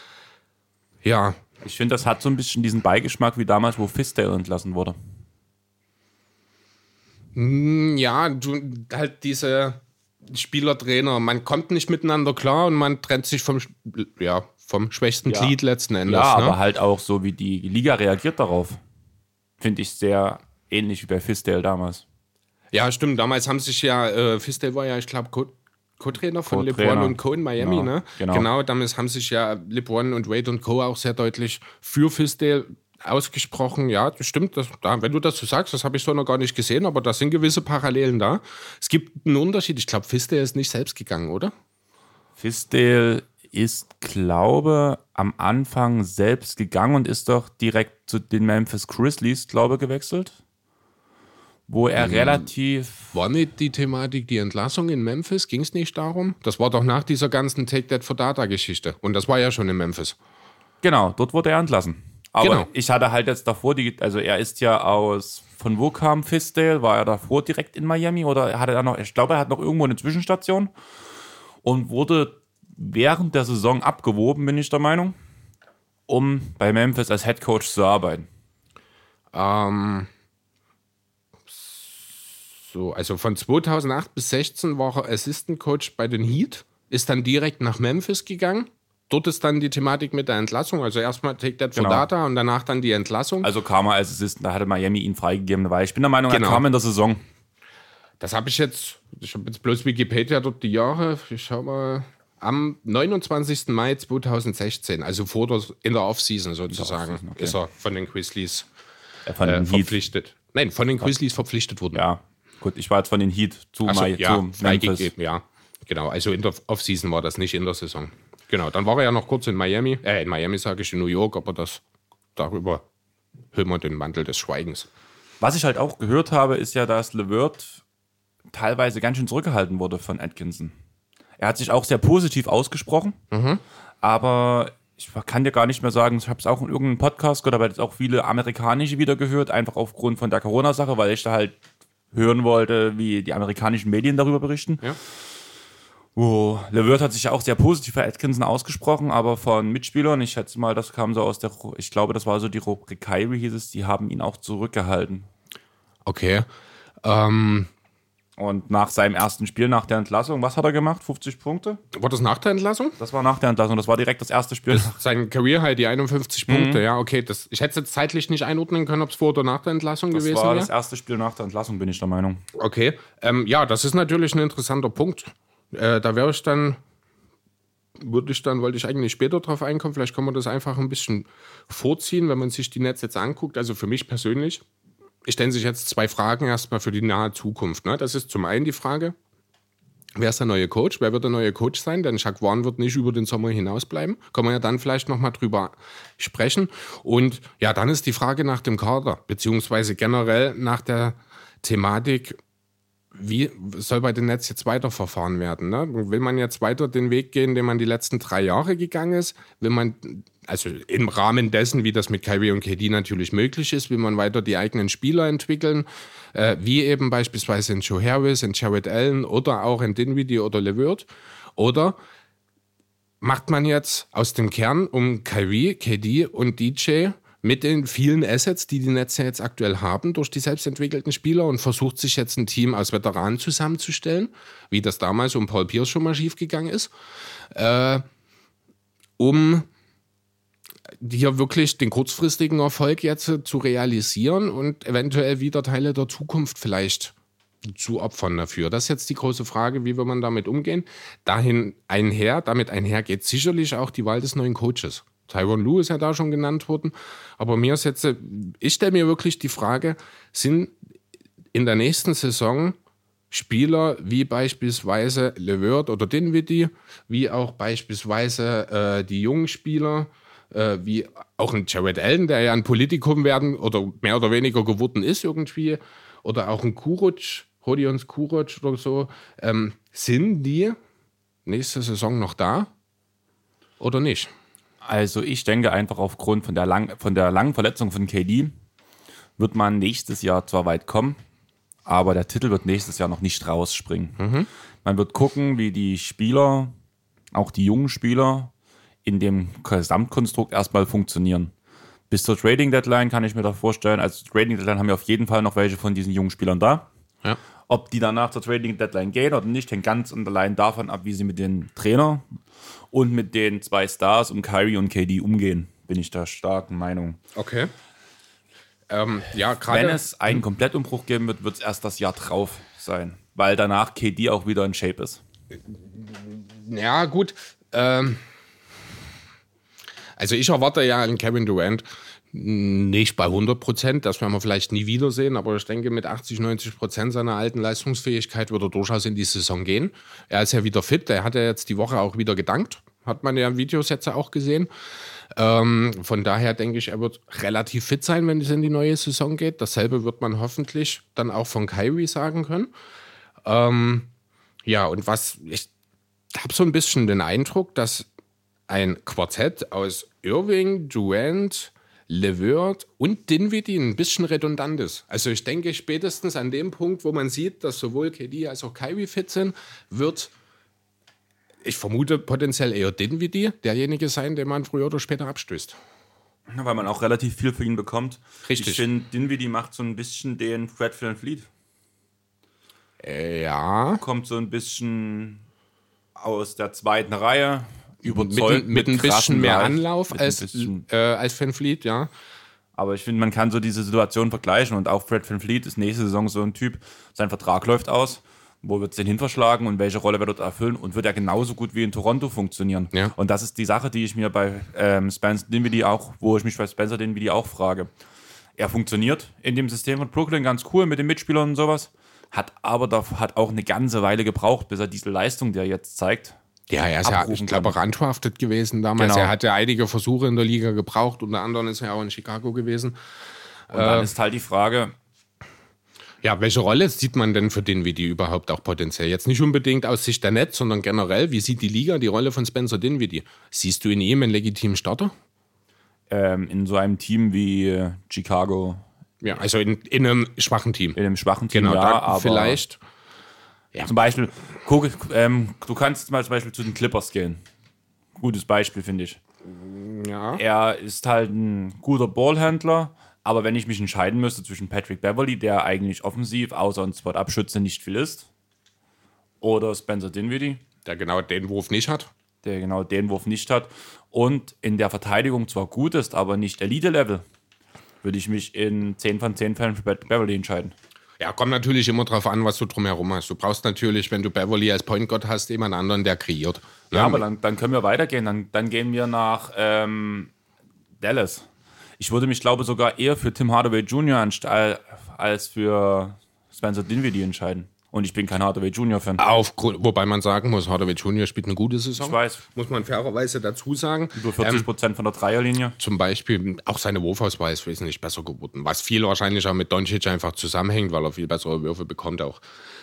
Ja. Ich finde, das hat so ein bisschen diesen Beigeschmack wie damals, wo Fizdale entlassen wurde. Ja, halt diese Spieler-Trainer, man kommt nicht miteinander klar und man trennt sich vom schwächsten Glied letzten Endes. Ja, ne? aber halt auch so, wie die Liga reagiert darauf. Finde ich sehr ähnlich wie bei Fizdale damals. Ja, stimmt. Damals haben sich ja, Fizdale war ja, ich glaube, Co-Trainer von LeBron und Co. in Miami, Ja, ne? genau. Damals haben sich ja LeBron und Wade und Co. auch sehr deutlich für Fizdale ausgesprochen. Ja, das stimmt. Wenn du das so sagst, das habe ich so noch gar nicht gesehen, aber da sind gewisse Parallelen da. Es gibt einen Unterschied. Ich glaube, Fizdale ist nicht selbst gegangen, oder? Fizdale ist, glaube am Anfang selbst gegangen und ist doch direkt zu den Memphis Grizzlies, glaube gewechselt. Wo er relativ... War nicht die Thematik die Entlassung in Memphis? Ging es nicht darum? Das war doch nach dieser ganzen Take That for Data-Geschichte. Und das war ja schon in Memphis. Genau, dort wurde er entlassen. Aber Genau. ich hatte halt jetzt davor, also er ist ja von wo kam Fizdale? War er davor direkt in Miami oder hatte er noch, ich glaube, er hat noch irgendwo eine Zwischenstation und wurde während der Saison abgeworben, bin ich der Meinung, um bei Memphis als Head Coach zu arbeiten. Also von 2008 bis 2016 war er Assistant Coach bei den Heat, ist dann direkt nach Memphis gegangen. Dort ist dann die Thematik mit der Entlassung, also erstmal Take That for Data und danach dann die Entlassung. Also kam er als Assistant, da hatte Miami ihn freigegeben, weil ich bin der Meinung, Genau. er kam in der Saison. Das habe ich habe jetzt bloß Wikipedia dort die Jahre, ich schau mal, am 29. Mai 2016, also in der Offseason sozusagen, Off-Season, okay. ist er von den Grizzlies Von den Heat. verpflichtet. Nein, von den Grizzlies verpflichtet worden. Ja, gut, ich war jetzt von den Heat zu Memphis. freigegeben, ja. Genau, also in der Offseason war das nicht in der Saison. Genau, dann war er ja noch kurz in Miami sage ich, in New York, aber darüber hüllen wir den Mantel des Schweigens. Was ich halt auch gehört habe, ist ja, dass LeVert teilweise ganz schön zurückgehalten wurde von Atkinson. Er hat sich auch sehr positiv ausgesprochen, aber ich kann dir gar nicht mehr sagen, ich habe es auch in irgendeinem Podcast gehört, aber jetzt auch viele amerikanische wieder gehört, einfach aufgrund von der Corona-Sache, weil ich da halt hören wollte, wie die amerikanischen Medien darüber berichten. Ja. LeVert hat sich ja auch sehr positiv für Atkinson ausgesprochen, aber von Mitspielern, ich schätze mal, das kam so aus ich glaube, das war so die Rubrik Kyrie hieß es, die haben ihn auch zurückgehalten. Okay. Und nach seinem ersten Spiel, nach der Entlassung, was hat er gemacht? 50 Punkte? War das nach der Entlassung? Das war nach der Entlassung, das war direkt das erste Spiel. Sein Career High, die 51 Punkte, ja, okay. Ich hätte es jetzt zeitlich nicht einordnen können, ob es vor oder nach der Entlassung gewesen wäre. Das war das erste Spiel nach der Entlassung, bin ich der Meinung. Okay, ja, das ist natürlich ein interessanter Punkt. Da wollte ich eigentlich später drauf einkommen, vielleicht kann man das einfach ein bisschen vorziehen, wenn man sich die Nets jetzt anguckt. Also für mich persönlich, ich stelle sich jetzt 2 Fragen erstmal für die nahe Zukunft. Ne? Das ist zum einen die Frage, wer ist der neue Coach? Wer wird der neue Coach sein? Denn Jacques Vaughn wird nicht über den Sommer hinaus bleiben. Können wir ja dann vielleicht nochmal drüber sprechen. Und ja, dann ist die Frage nach dem Kader, beziehungsweise generell nach der Thematik, wie soll bei den Nets jetzt weiterverfahren werden? Ne? Will man jetzt weiter den Weg gehen, den man die letzten 3 Jahre gegangen ist? Will man, also im Rahmen dessen, wie das mit Kyrie und KD natürlich möglich ist, will man weiter die eigenen Spieler entwickeln, wie eben beispielsweise in Joe Harris, in Jared Allen oder auch in Dinwiddie oder LeVert? Oder macht man jetzt aus dem Kern um Kyrie, KD und DJ mit den vielen Assets, die die Nets ja jetzt aktuell haben, durch die selbstentwickelten Spieler und versucht sich jetzt ein Team aus Veteranen zusammenzustellen, wie das damals um Paul Pierce schon mal schiefgegangen ist, um hier wirklich den kurzfristigen Erfolg jetzt zu realisieren und eventuell wieder Teile der Zukunft vielleicht zu opfern dafür. Das ist jetzt die große Frage, wie will man damit umgehen. Damit einher geht sicherlich auch die Wahl des neuen Coaches. Tyronn Lue ist ja da schon genannt worden. Aber ich stelle mir wirklich die Frage, sind in der nächsten Saison Spieler wie beispielsweise LeVert oder Dinwiddie, wie auch beispielsweise die jungen Spieler, wie auch ein Jared Allen, der ja ein Politikum werden oder mehr oder weniger geworden ist irgendwie, oder auch ein Hodions Kuruc oder so, sind die nächste Saison noch da oder nicht? Also ich denke einfach aufgrund von der langen Verletzung von KD wird man nächstes Jahr zwar weit kommen, aber der Titel wird nächstes Jahr noch nicht rausspringen. Man wird gucken, wie die Spieler, auch die jungen Spieler, in dem Gesamtkonstrukt erstmal funktionieren. Bis zur Trading Deadline kann ich mir da vorstellen, also Trading Deadline haben wir auf jeden Fall noch welche von diesen jungen Spielern da. Ja. Ob die danach zur Trading Deadline gehen oder nicht, hängt ganz und allein davon ab, wie sie mit den Trainer und mit den 2 Stars um Kyrie und KD umgehen. Bin ich da starken Meinung. Okay. Ja, gerade. Wenn es einen Komplettumbruch geben wird, wird es erst das Jahr drauf sein, weil danach KD auch wieder in Shape ist. Ja, gut. Also ich erwarte ja an Kevin Durant nicht bei 100%, das werden wir vielleicht nie wiedersehen, aber ich denke, mit 80-90% seiner alten Leistungsfähigkeit wird er durchaus in die Saison gehen. Er ist ja wieder fit, er hat ja jetzt die Woche auch wieder gedankt, hat man ja in Videos jetzt auch gesehen. Von daher denke ich, er wird relativ fit sein, wenn es in die neue Saison geht. Dasselbe wird man hoffentlich dann auch von Kyrie sagen können. Ja, und ich habe so ein bisschen den Eindruck, dass ein Quartett aus Irving, Durant, LeVert und Dinwiddie ein bisschen redundant ist. Also ich denke, spätestens an dem Punkt, wo man sieht, dass sowohl KD als auch Kyrie fit sind, wird, ich vermute, potenziell eher Dinwiddie derjenige sein, den man früher oder später abstößt. Ja, weil man auch relativ viel für ihn bekommt. Richtig. Ich finde, Dinwiddie macht so ein bisschen den Fred VanVleet. Ja. Kommt so ein bisschen aus der zweiten Reihe. Überzeugt Mit ein bisschen krassen mehr Drive, Anlauf mit ein als bisschen- VanVleet, ja. Aber ich finde, man kann so diese Situation vergleichen und auch Fred VanVleet ist nächste Saison so ein Typ, sein Vertrag läuft aus, wo wird es den hin verschlagen und welche Rolle wird er dort erfüllen und wird er genauso gut wie in Toronto funktionieren. Ja. Und das ist die Sache, die ich mir bei Spencer Dinwiddie auch, wo ich mich bei Spencer Dinwiddie auch frage. Er funktioniert in dem System von Brooklyn ganz cool mit den Mitspielern und sowas, hat auch eine ganze Weile gebraucht, bis er diese Leistung, die er jetzt zeigt. Ja, er ist ja, abrufen ich glaube, kann. undrafted gewesen damals. Genau. Er hatte einige Versuche in der Liga gebraucht, unter anderem ist er auch in Chicago gewesen. Und dann ist halt die Frage, Ja, welche Rolle sieht man denn für Dinwiddie überhaupt auch potenziell? Jetzt nicht unbedingt aus Sicht der Nets, sondern generell, wie sieht die Liga die Rolle von Spencer Dinwiddie? Siehst du in ihm einen legitimen Starter? in so einem Team wie Chicago, Ja, also in einem schwachen Team. in einem schwachen Team, Genau, ja, da aber vielleicht. zum Beispiel, du kannst mal zum Beispiel zu den Clippers gehen. Gutes Beispiel, finde ich. Ja. Er ist halt ein guter Ballhändler, aber wenn ich mich entscheiden müsste zwischen Patrick Beverley, der eigentlich offensiv außer ein Spot-Up-Schütze nicht viel ist, oder Spencer Dinwiddie, Der genau den Wurf nicht hat. der genau den Wurf nicht hat und in der Verteidigung zwar gut ist, aber nicht Elite-Level, würde ich mich in 10 von 10 Fällen für Patrick Beverley entscheiden. Ja, kommt natürlich immer drauf an, was du drumherum hast. Du brauchst natürlich, wenn du Beverly als Point Guard hast, jemand anderen, der kreiert. Ja, aber dann können wir weitergehen. Dann gehen wir nach Dallas. Ich würde mich, glaube ich, sogar eher für Tim Hardaway Jr. als für Spencer Dinwiddie entscheiden. Und ich bin kein Hardaway Jr.-Fan. Wobei man sagen muss, Hardaway Jr. spielt eine gute Saison. Ich weiß. Muss man fairerweise dazu sagen. Über 40% von der Dreierlinie. Zum Beispiel auch seine Wurfauswahl ist wesentlich besser geworden. Was viel wahrscheinlich auch mit Doncic einfach zusammenhängt, weil er viel bessere Würfe bekommt auch.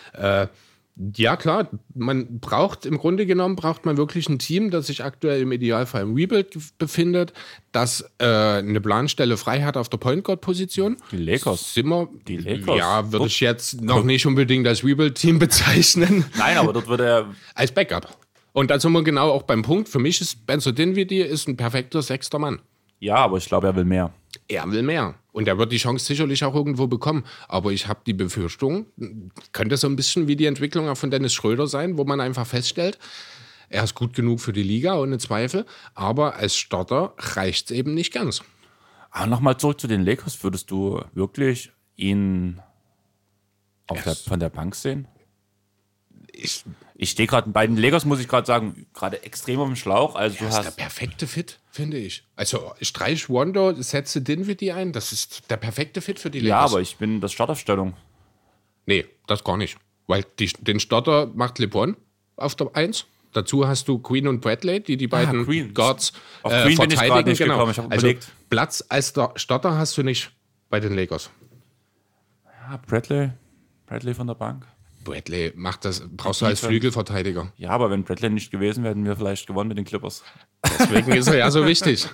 Ja, klar, im Grunde genommen braucht man wirklich ein Team, das sich aktuell im Idealfall im Rebuild befindet, das eine Planstelle frei hat auf der Point Guard Position. Die Lakers. Die Lakers. Ja, würde ich jetzt noch nicht unbedingt als Rebuild-Team bezeichnen. Nein, aber dort würde er. Als Backup. Und da sind wir genau auch beim Punkt. Für mich ist Spencer Dinwiddie ein perfekter 6. Mann. Ja, aber ich glaube, er will mehr. Er will mehr. Und er wird die Chance sicherlich auch irgendwo bekommen. Aber ich habe die Befürchtung, könnte so ein bisschen wie die Entwicklung auch von Dennis Schröder sein, wo man einfach feststellt, er ist gut genug für die Liga, ohne Zweifel. Aber als Starter reicht es eben nicht ganz. Aber nochmal zurück zu den Lakers. Würdest du wirklich ihn von der Bank sehen? Ich stehe gerade bei den Lakers, muss ich gerade sagen, gerade extrem auf dem Schlauch. Also Das ist der perfekte Fit, finde ich. Also streich Rondo, setze Dinwiddie ein. Das ist der perfekte Fit für die Lakers. Ja, aber ich bin das Startaufstellung. Nee, das gar nicht. Weil den Starter macht LeBron auf der 1. Dazu hast du Queen und Bradley, die beiden Queen. Guards Auf Queen bin ich gerade verteidigen. nicht gekommen. Ich habe Also überlegt. Platz als der Starter hast du nicht bei den Lakers. Ja, Bradley von der Bank. Bradley macht das, brauchst du als Flügelverteidiger. Ja, aber wenn Bradley nicht gewesen wäre, hätten wir vielleicht gewonnen mit den Clippers. Deswegen ist er ja so wichtig.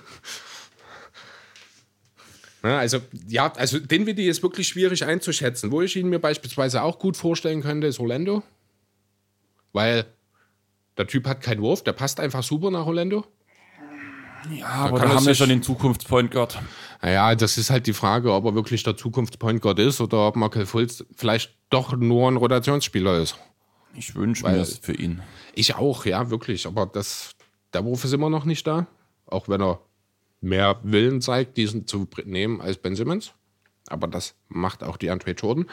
Ja, also Dinwiddie ist wirklich schwierig einzuschätzen. Wo ich ihn mir beispielsweise auch gut vorstellen könnte, ist Orlando. Weil der Typ hat keinen Wurf, der passt einfach super nach Orlando. Ja, aber kann da er haben wir sich- schon den Zukunftspoint Guard. Naja, das ist halt die Frage, ob er wirklich der Zukunftspoint Guard ist oder ob Markel Fultz vielleicht doch nur ein Rotationsspieler ist. Ich wünsche mir das für ihn. Ich auch, ja, wirklich. Aber der Wurf ist immer noch nicht da. Auch wenn er mehr Willen zeigt, diesen zu nehmen als Ben Simmons. Aber das macht auch DeAndre Jordan.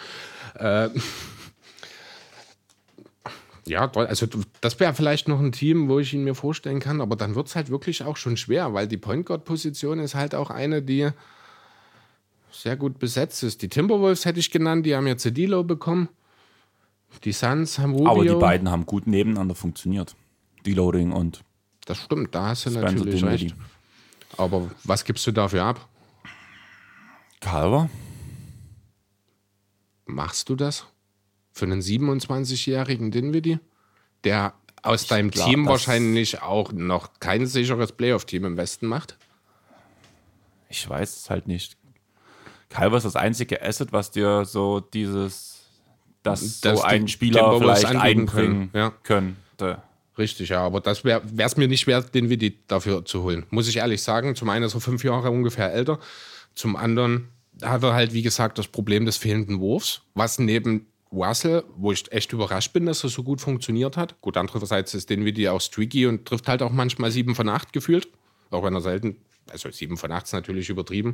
Ja, also das wäre vielleicht noch ein Team, wo ich ihn mir vorstellen kann. Aber dann wird es halt wirklich auch schon schwer, weil die Point Guard-Position ist halt auch eine, die sehr gut besetzt ist. Die Timberwolves hätte ich genannt, die haben jetzt D'Lo bekommen. Die Suns haben Rubio. Aber die beiden haben gut nebeneinander funktioniert. Deloading und das stimmt, da hast du Spencer natürlich Dinwiddie. recht. Aber was gibst du dafür ab? Calver? Machst du das? Für einen 27-jährigen Dinwiddie? Der aus deinem Team wahrscheinlich auch noch kein sicheres Playoff-Team im Westen macht? Ich weiß es halt nicht. Calver ist das einzige Asset, was dir so dass so ein Spieler Timberwolves vielleicht anbieten einbringen können. Ja. könnte. Richtig, ja, aber das wäre es mir nicht wert, Dinwiddie dafür zu holen. Muss ich ehrlich sagen. Zum einen ist er 5 Jahre ungefähr älter. Zum anderen hat er halt, wie gesagt, das Problem des fehlenden Wurfs, was neben Russell, wo ich echt überrascht bin, dass er so gut funktioniert hat. Gut, andererseits ist Dinwiddie auch streaky und trifft halt auch manchmal 7 von 8 gefühlt. Auch wenn er selten, also 7 von 8 ist natürlich übertrieben.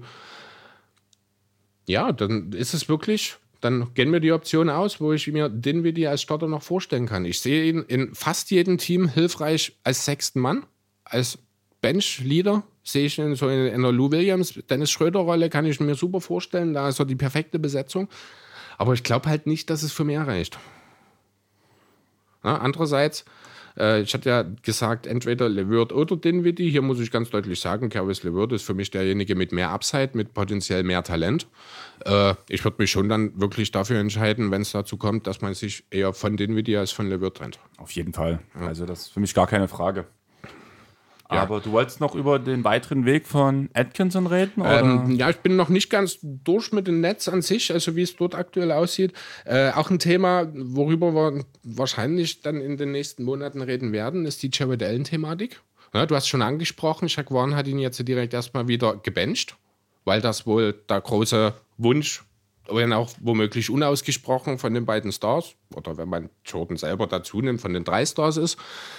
Ja, dann ist es wirklich, dann gehen mir die Optionen aus, wo ich mir Dinwiddie als Starter noch vorstellen kann. Ich sehe ihn in fast jedem Team hilfreich als 6. Mann, als Bench-Leader. Sehe ich ihn so in einer Lou Williams, Dennis Schröder-Rolle, kann ich mir super vorstellen. Da ist so die perfekte Besetzung. Aber ich glaube halt nicht, dass es für mehr reicht. Ja, andererseits, ich hatte ja gesagt, entweder LeVert oder Dinwiddie. Hier muss ich ganz deutlich sagen, Caris LeVert ist für mich derjenige mit mehr Upside, mit potenziell mehr Talent. Ich würde mich schon dann wirklich dafür entscheiden, wenn es dazu kommt, dass man sich eher von Dinwiddie als von LeVert trennt. Auf jeden Fall. Also das ist für mich gar keine Frage. Ja. Aber du wolltest noch über den weiteren Weg von Atkinson reden? Oder? Ja, ich bin noch nicht ganz durch mit dem Netz an sich, also wie es dort aktuell aussieht. Auch ein Thema, worüber wir wahrscheinlich dann in den nächsten Monaten reden werden, ist die Jared Allen-Thematik. Ja, du hast schon angesprochen, Jacques Vaughn hat ihn jetzt direkt erstmal wieder gebencht, weil das wohl der große Wunsch, wenn auch womöglich unausgesprochen von den beiden Stars, oder wenn man Jordan selber dazu nimmt, von den 3 Stars ist.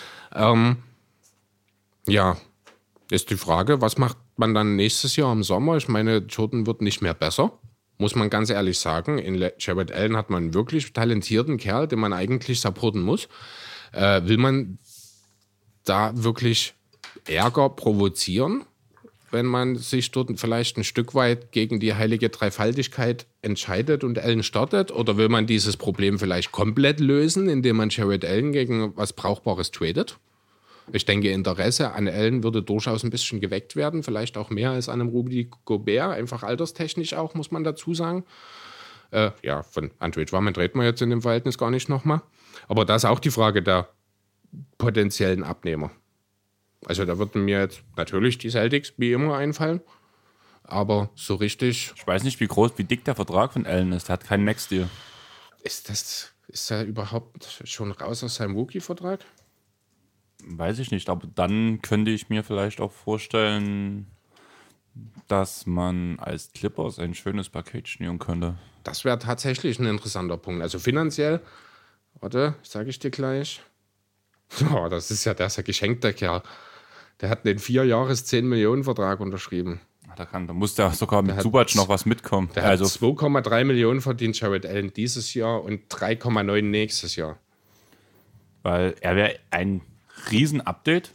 Ja, ist die Frage, was macht man dann nächstes Jahr im Sommer? Ich meine, Jordan wird nicht mehr besser, muss man ganz ehrlich sagen. In Jared Allen hat man einen wirklich talentierten Kerl, den man eigentlich supporten muss. Will man da wirklich Ärger provozieren, wenn man sich dort vielleicht ein Stück weit gegen die heilige Dreifaltigkeit entscheidet und Allen startet? Oder will man dieses Problem vielleicht komplett lösen, indem man Jared Allen gegen was Brauchbares tradet? Ich denke, Interesse an Allen würde durchaus ein bisschen geweckt werden, vielleicht auch mehr als an einem Rudy Gobert, einfach alterstechnisch auch, muss man dazu sagen. Ja, von Andre Drummond reden wir jetzt in dem Verhältnis gar nicht nochmal. Aber da ist auch die Frage der potenziellen Abnehmer. Also da würden mir jetzt natürlich die Celtics wie immer einfallen, aber so richtig... Ich weiß nicht, wie dick der Vertrag von Allen ist. Der hat keinen Max-Deal. Ist er überhaupt schon raus aus seinem Rookie-Vertrag? Weiß ich nicht, aber dann könnte ich mir vielleicht auch vorstellen, dass man als Clippers ein schönes Paket schnüren könnte. Das wäre tatsächlich ein interessanter Punkt. Also finanziell, warte, sage ich dir gleich. Oh, der ist ja geschenkt, der Kerl. Der hat den 4-Jahres-10-Millionen-Vertrag unterschrieben. Da muss der sogar mit Zubac noch was mitkommen. Der hat 2,3 Millionen verdient, Jared Allen, dieses Jahr und 3,9 nächstes Jahr. Weil er wäre ein Riesen-Update.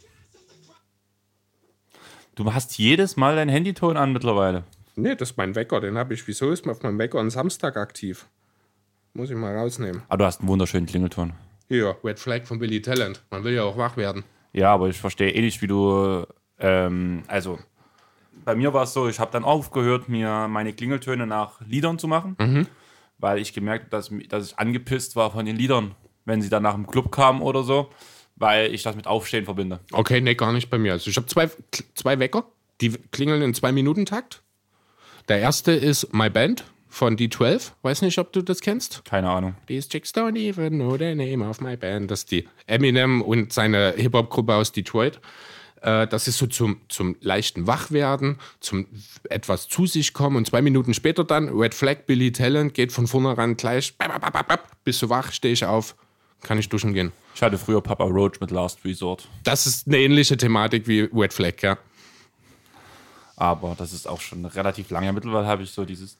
Du hast jedes Mal deinen Handyton an mittlerweile. Nee, das ist mein Wecker. Den habe ich, wieso ist man auf meinem Wecker am Samstag aktiv? Muss ich mal rausnehmen. Aber du hast einen wunderschönen Klingelton. Hier, Red Flag von Billy Talent. Man will ja auch wach werden. Ja, aber ich verstehe nicht, wie du... also, bei mir war es so, ich habe dann aufgehört, mir meine Klingeltöne nach Liedern zu machen, weil ich gemerkt habe, dass ich angepisst war von den Liedern, wenn sie dann nach dem Club kamen oder so, weil ich das mit Aufstehen verbinde. Okay, nee, gar nicht bei mir. Also ich habe zwei Wecker, die klingeln in 2-Minuten-Takt. Der erste ist My Band von D12. Weiß nicht, ob du das kennst. Keine Ahnung. These chicks don't even know the name of my band. Das ist die Eminem und seine Hip-Hop-Gruppe aus Detroit. Das ist so zum leichten Wachwerden, zum etwas zu sich kommen und 2 Minuten später dann, Red Flag, Billy Talent, geht von vornherein gleich, bist du wach, stehe ich auf, kann ich duschen gehen. Ich hatte früher Papa Roach mit Last Resort. Das ist eine ähnliche Thematik wie Red Flag, ja. Aber das ist auch schon relativ lange. Ja, mittlerweile habe ich so dieses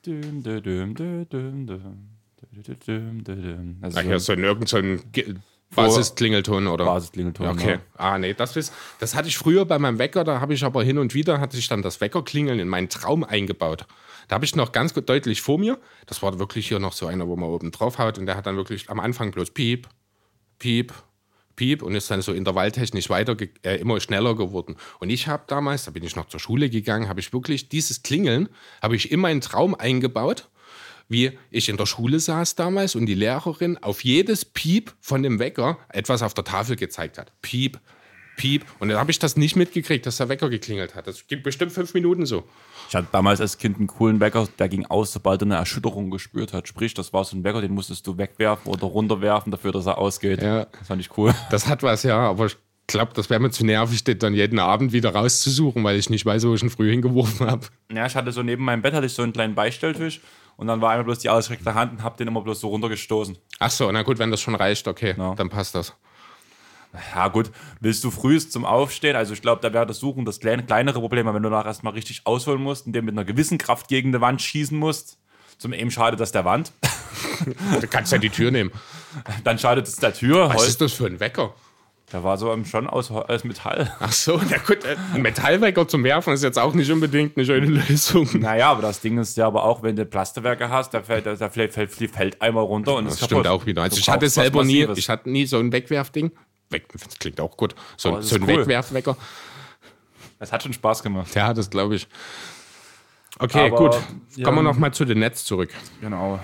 Also hier so in irgendeinem Basisklingelton oder? Basisklingelton. Okay. Ja. Nee, das hatte ich früher bei meinem Wecker, da habe ich aber hin und wieder, hatte ich dann das Weckerklingeln in meinen Traum eingebaut. Da habe ich noch ganz deutlich vor mir, das war wirklich hier noch so einer, wo man oben drauf haut und der hat dann wirklich am Anfang bloß Piep, Piep, Piep und ist dann so intervalltechnisch immer schneller geworden. Und ich habe damals, da bin ich noch zur Schule gegangen, habe ich wirklich dieses Klingeln, habe ich in meinen Traum eingebaut, wie ich in der Schule saß damals und die Lehrerin auf jedes Piep von dem Wecker etwas auf der Tafel gezeigt hat. Piep, Piep. Und dann habe ich das nicht mitgekriegt, dass der Wecker geklingelt hat. Das ging bestimmt 5 Minuten so. Ich hatte damals als Kind einen coolen Wecker, der ging aus, sobald er eine Erschütterung gespürt hat. Sprich, das war so ein Wecker, den musstest du wegwerfen oder runterwerfen, dafür, dass er ausgeht. Ja. Das fand ich cool. Das hat was, ja, aber ich glaube, das wäre mir zu nervig, den dann jeden Abend wieder rauszusuchen, weil ich nicht weiß, wo ich ihn früh hingeworfen habe. Ja, ich hatte so neben meinem Bett hatte ich so einen kleinen Beistelltisch und dann war einmal bloß die ausgestreckte Hand und hab den immer bloß so runtergestoßen. Ach so, na gut, wenn das schon reicht, okay, Ja. dann passt das. Ja gut, willst du frühest zum Aufstehen? Also ich glaube, da wäre das Suchen das kleinere Problem, wenn du nachher erstmal richtig ausholen musst und den mit einer gewissen Kraft gegen die Wand schießen musst. Zum eben schadet das der Wand. Du kannst ja die Tür nehmen. Dann schadet es der Tür. Was ist das für ein Wecker? Der war so schon aus Metall. Ach so, na gut, ein Metallwecker zum Werfen ist jetzt auch nicht unbedingt eine schöne Lösung. Naja, aber das Ding ist ja aber auch, wenn du Plastewerke hast, da fällt einmal runter und Das ist stimmt kaputt. auch wieder. Also Du ich hatte brauchst was selber nie, Massives. ich hatte nie so ein Wegwerfding. Das klingt auch gut. So Aber ein das ist cool. Wegwerfwecker. Es hat schon Spaß gemacht. Ja, das glaube ich. Okay, Aber, gut. ja, Kommen wir noch mal zu den Netz zurück. Genau.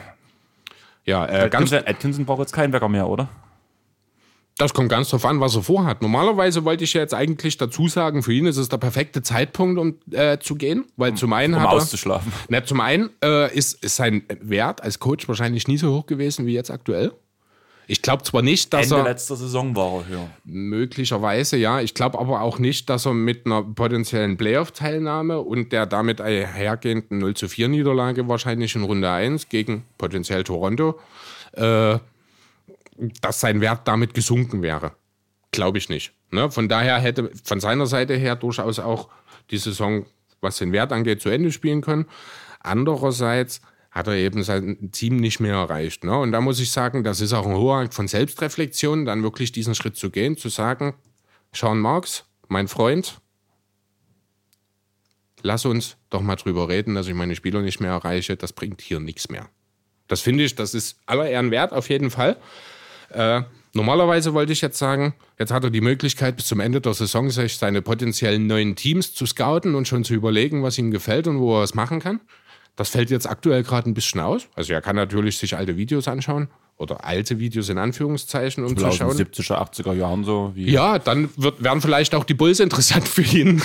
Ja, Atkinson braucht jetzt keinen Wecker mehr, oder? das kommt ganz drauf an, was er vorhat. Normalerweise wollte ich ja jetzt eigentlich dazu sagen, für ihn ist es der perfekte Zeitpunkt, um zu gehen. Weil zum einen Um hat er... auszuschlafen. Na, zum einen ist sein Wert als Coach wahrscheinlich nie so hoch gewesen wie jetzt aktuell. Ich glaube zwar nicht, dass Ende er... letzter Saison war er höher. Möglicherweise, ja. Ich glaube aber auch nicht, dass er mit einer potenziellen Playoff-Teilnahme und der damit einhergehenden 0:4 Niederlage wahrscheinlich in Runde 1 gegen potenziell Toronto, dass sein Wert damit gesunken wäre. Glaube ich nicht. Ne? Von daher hätte von seiner Seite her durchaus auch die Saison, was den Wert angeht, zu Ende spielen können. Andererseits hat er eben sein Team nicht mehr erreicht. Ne? Und da muss ich sagen, das ist auch ein hoher Akt von Selbstreflexion, dann wirklich diesen Schritt zu gehen, zu sagen, Sean Marks, mein Freund, lass uns doch mal drüber reden, dass ich meine Spieler nicht mehr erreiche. Das bringt hier nichts mehr. Das finde ich, das ist aller Ehren wert, auf jeden Fall. Normalerweise wollte ich jetzt sagen, jetzt hat er die Möglichkeit, bis zum Ende der Saison sich seine potenziellen neuen Teams zu scouten und schon zu überlegen, was ihm gefällt und wo er es machen kann. Das fällt jetzt aktuell gerade ein bisschen aus. Also er kann natürlich sich alte Videos anschauen oder alte Videos in Anführungszeichen, um zu schauen. 70er, 80er Jahren so. Wie Ja, dann werden vielleicht auch die Bulls interessant für ihn.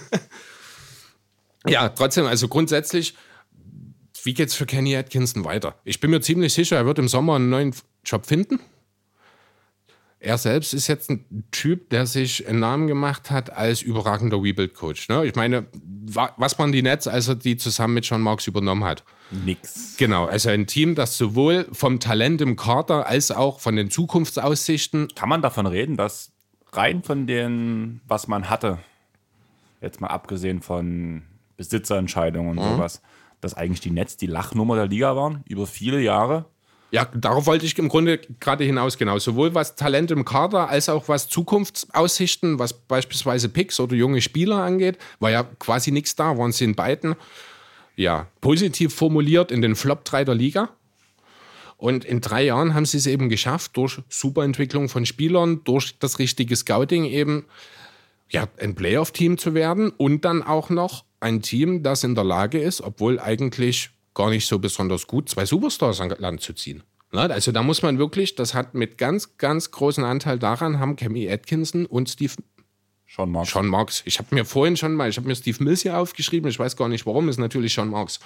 Ja, trotzdem, also grundsätzlich, wie geht's für Kenny Atkinson weiter? Ich bin mir ziemlich sicher, er wird im Sommer einen neuen Job finden. Er selbst ist jetzt ein Typ, der sich einen Namen gemacht hat als überragender Rebuild-Coach. Ne? Ich meine, was waren die Nets, als er die zusammen mit Sean Marks übernommen hat? nix. Genau, also ein Team, das sowohl vom Talent im Kader als auch von den Zukunftsaussichten... Kann man davon reden, dass rein von dem, was man hatte, jetzt mal abgesehen von Besitzerentscheidungen und sowas, dass eigentlich die Nets die Lachnummer der Liga waren, über viele Jahre? Ja, darauf wollte ich im Grunde gerade hinaus, genau. Sowohl was Talent im Kader als auch was Zukunftsaussichten, was beispielsweise Picks oder junge Spieler angeht, war ja quasi nichts da. Waren sie in beiden, ja, positiv formuliert in den Flop 3 der Liga. Und in 3 Jahren haben sie es eben geschafft, durch Superentwicklung von Spielern, durch das richtige Scouting eben, ja, ein Playoff-Team zu werden und dann auch noch ein Team, das in der Lage ist, obwohl eigentlich gar nicht so besonders gut, 2 Superstars an Land zu ziehen. Also da muss man wirklich, das hat mit ganz, ganz großen Anteil daran, haben Kenny Atkinson und Sean Marks. Ich habe mir Steve Mills hier aufgeschrieben, ich weiß gar nicht warum, ist natürlich Sean Marks.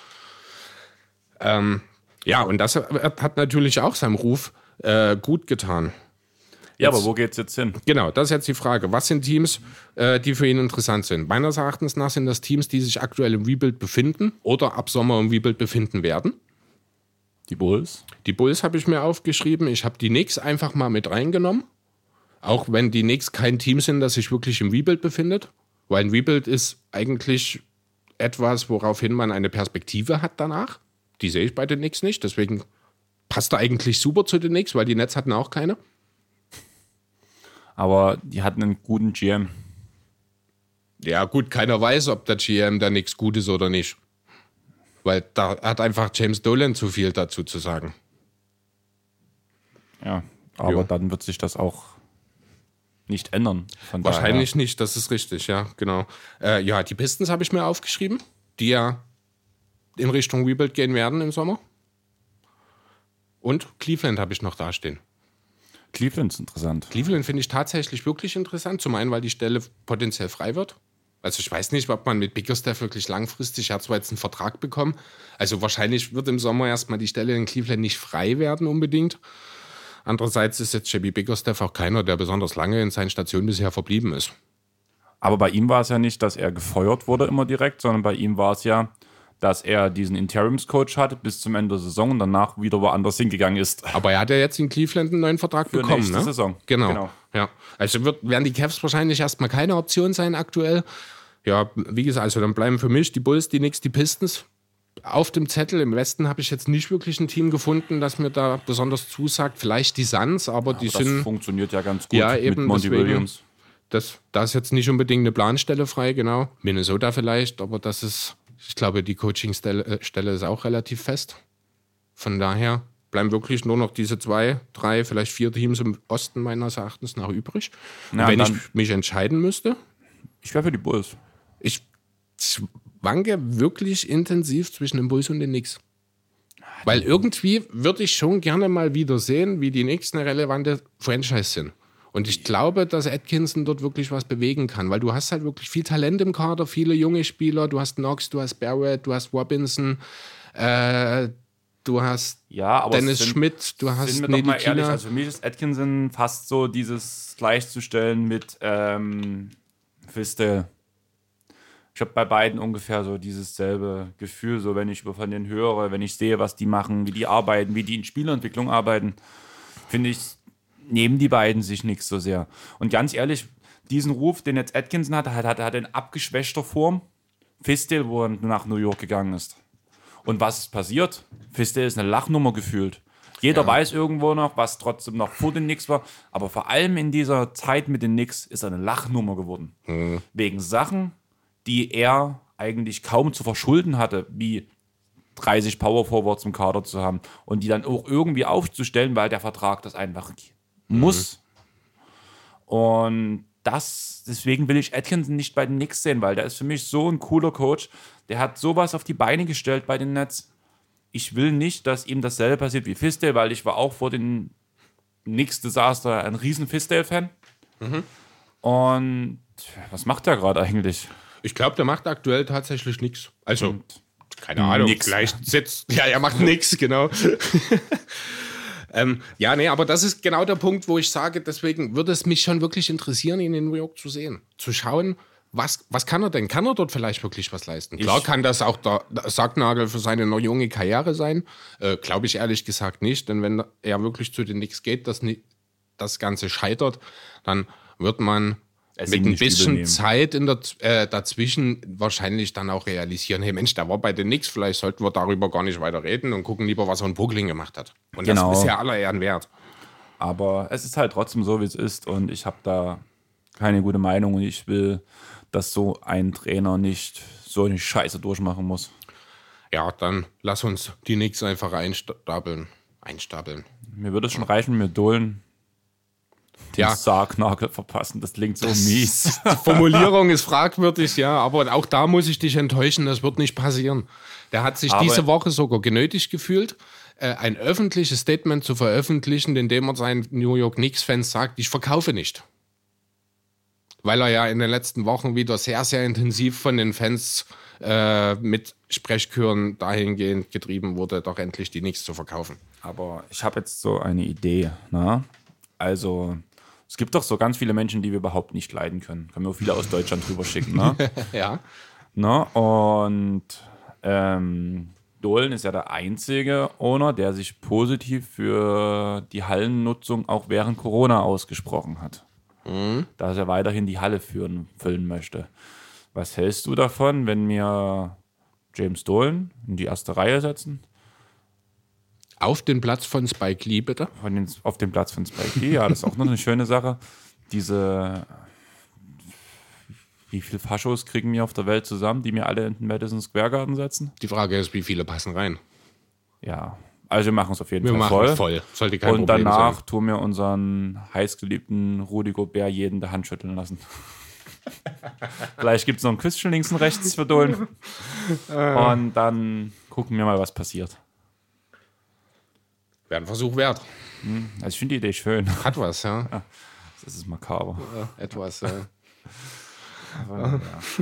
Ja, und das hat natürlich auch seinem Ruf gut getan. Ja, aber wo geht's jetzt hin? Genau, das ist jetzt die Frage. Was sind Teams, die für ihn interessant sind? Meines Erachtens nach sind das Teams, die sich aktuell im Rebuild befinden oder ab Sommer im Rebuild befinden werden. Die Bulls? Die Bulls habe ich mir aufgeschrieben. Ich habe die Knicks einfach mal mit reingenommen. Auch wenn die Knicks kein Team sind, das sich wirklich im Rebuild befindet. Weil ein Rebuild ist eigentlich etwas, woraufhin man eine Perspektive hat danach. Die sehe ich bei den Knicks nicht. Deswegen passt er eigentlich super zu den Knicks, weil die Nets hatten auch keine. Aber die hatten einen guten GM. Ja gut, keiner weiß, ob der GM da nichts gut ist oder nicht. Weil da hat einfach James Dolan zu viel dazu zu sagen. Ja, aber Jo. dann wird sich das auch nicht ändern. Von Wahrscheinlich nicht, das ist richtig, ja, genau. Ja, die Pistons habe ich mir aufgeschrieben, die ja in Richtung Rebuild gehen werden im Sommer. Und Cleveland habe ich noch dastehen. Cleveland ist interessant. Cleveland finde ich tatsächlich wirklich interessant. Zum einen, weil die Stelle potenziell frei wird. Also ich weiß nicht, ob man mit Bickerstaff wirklich langfristig, er hat zwar jetzt einen Vertrag bekommen, also wahrscheinlich wird im Sommer erstmal die Stelle in Cleveland nicht frei werden unbedingt. Andererseits ist jetzt JB Bickerstaff auch keiner, der besonders lange in seinen Stationen bisher verblieben ist. Aber bei ihm war es ja nicht, dass er gefeuert wurde immer direkt, sondern bei ihm war es ja, dass er diesen Interimscoach hatte bis zum Ende der Saison und danach wieder woanders hingegangen ist. Aber er hat ja jetzt in Cleveland einen neuen Vertrag Für bekommen, nächste ne? Saison. Genau. Ja. Also werden die Cavs wahrscheinlich erstmal keine Option sein aktuell. Ja, wie gesagt, also dann bleiben für mich die Bulls, die Knicks, die Pistons. Auf dem Zettel im Westen habe ich jetzt nicht wirklich ein Team gefunden, das mir da besonders zusagt. Vielleicht die Suns, aber die Das sind... funktioniert ja ganz gut Ja, eben, mit Monty deswegen- Williams. Da ist jetzt nicht unbedingt eine Planstelle frei, genau. Minnesota vielleicht, aber das ist, ich glaube, die Coachingstelle ist auch relativ fest. Von daher bleiben wirklich nur noch diese 2, 3, vielleicht 4 Teams im Osten meines Erachtens nach übrig. Und Ja, wenn ich dann- mich entscheiden müsste, Ich wäre für die Bulls. ich schwanke wirklich intensiv zwischen den Bulls und den Knicks. Weil irgendwie würde ich schon gerne mal wieder sehen, wie die Knicks eine relevante Franchise sind. Und ich glaube, dass Atkinson dort wirklich was bewegen kann, weil du hast halt wirklich viel Talent im Kader, viele junge Spieler, du hast Knox, du hast Barrett, du hast Robinson, du hast Ja, aber Dennis Schmidt, du hast sind wir doch mal ehrlich, Ntilikina. also für mich ist Atkinson fast so dieses gleichzustellen mit Fistel. Ich habe bei beiden ungefähr so dieses selbe Gefühl, so wenn ich von denen höre, wenn ich sehe, was die machen, wie die arbeiten, wie die in Spielentwicklung arbeiten, finde ich, nehmen die beiden sich nichts so sehr. Und ganz ehrlich, diesen Ruf, den jetzt Atkinson hat er in abgeschwächter Form. Fistel, wo er nach New York gegangen ist. Und was ist passiert? Fistel ist eine Lachnummer gefühlt. Jeder weiß irgendwo noch, was trotzdem noch vor den Knicks war. Aber vor allem in dieser Zeit mit den Knicks ist er eine Lachnummer geworden. Wegen Sachen, die er eigentlich kaum zu verschulden hatte, wie 30 Power Forwards im Kader zu haben und die dann auch irgendwie aufzustellen, weil der Vertrag das einfach muss. Und deswegen will ich Atkinson nicht bei den Knicks sehen, weil der ist für mich so ein cooler Coach. Der hat sowas auf die Beine gestellt bei den Nets. Ich will nicht, dass ihm dasselbe passiert wie Fisdale, weil ich war auch vor den Knicks-Desaster ein riesen Fisdale-Fan. Und was macht der gerade eigentlich? Ich glaube, der macht aktuell tatsächlich nichts. Also, keine Ahnung, nix. vielleicht sitzt. Ja, er macht nichts, genau. Ja, nee, aber das ist genau der Punkt, wo ich sage, deswegen würde es mich schon wirklich interessieren, ihn in New York zu sehen. Zu schauen, was kann er denn? Kann er dort vielleicht wirklich was leisten? Klar kann das auch der Sargnagel für seine noch junge Karriere sein. Glaube ich ehrlich gesagt nicht, denn wenn er wirklich zu den Knicks geht, dass das Ganze scheitert, dann wird man mit ein bisschen Zeit dazwischen wahrscheinlich dann auch realisieren, hey Mensch, der war bei den Knicks, vielleicht sollten wir darüber gar nicht weiter reden und gucken lieber, was er in Brooklyn gemacht hat. Und Genau. das ist ja aller Ehren wert. Aber es ist halt trotzdem so, wie es ist. Und ich habe da keine gute Meinung. Und ich will, dass so ein Trainer nicht so eine Scheiße durchmachen muss. Ja, dann lass uns die Knicks einfach einstapeln. Mir würde es schon reichen, mir Dolan den Ja. Sargnagel verpassen. Das klingt so mies. Die Formulierung ist fragwürdig, ja, aber auch da muss ich dich enttäuschen, das wird nicht passieren. Der hat sich diese Woche sogar genötigt gefühlt, ein öffentliches Statement zu veröffentlichen, in dem er seinen New York Knicks-Fans sagt, ich verkaufe nicht. Weil er ja in den letzten Wochen wieder sehr, sehr intensiv von den Fans mit Sprechchören dahingehend getrieben wurde, doch endlich die Knicks zu verkaufen. Aber ich habe jetzt so eine Idee. Ne? Also, Es gibt doch so ganz viele Menschen, die wir überhaupt nicht leiden können. Können wir viele aus Deutschland drüber schicken, ne? Ja. Ne? Und Dolan ist ja der einzige Owner, der sich positiv für die Hallennutzung auch während Corona ausgesprochen hat. Dass er weiterhin die Halle füllen möchte. Was hältst du davon, wenn wir James Dolan in die erste Reihe setzen? Auf den Platz von Spike Lee, bitte. Auf dem Platz von Spike Lee, ja, das ist auch noch eine schöne Sache. Wie viele Faschos kriegen wir auf der Welt zusammen, die mir alle in den Madison Square Garden setzen? Die Frage ist, wie viele passen rein? Ja, also wir machen es auf jeden Fall Wir machen voll. Sollte kein Und Problem danach sein. tun wir unseren heißgeliebten Rudi Gobert jeden der Hand schütteln lassen. Vielleicht gibt es noch ein Küsschen links und rechts für Dolan. Und dann gucken wir mal, was passiert. Wäre ein Versuch wert. Also ich finde die Idee schön. Hat was, ja. Das ist makaber. Etwas. Aber,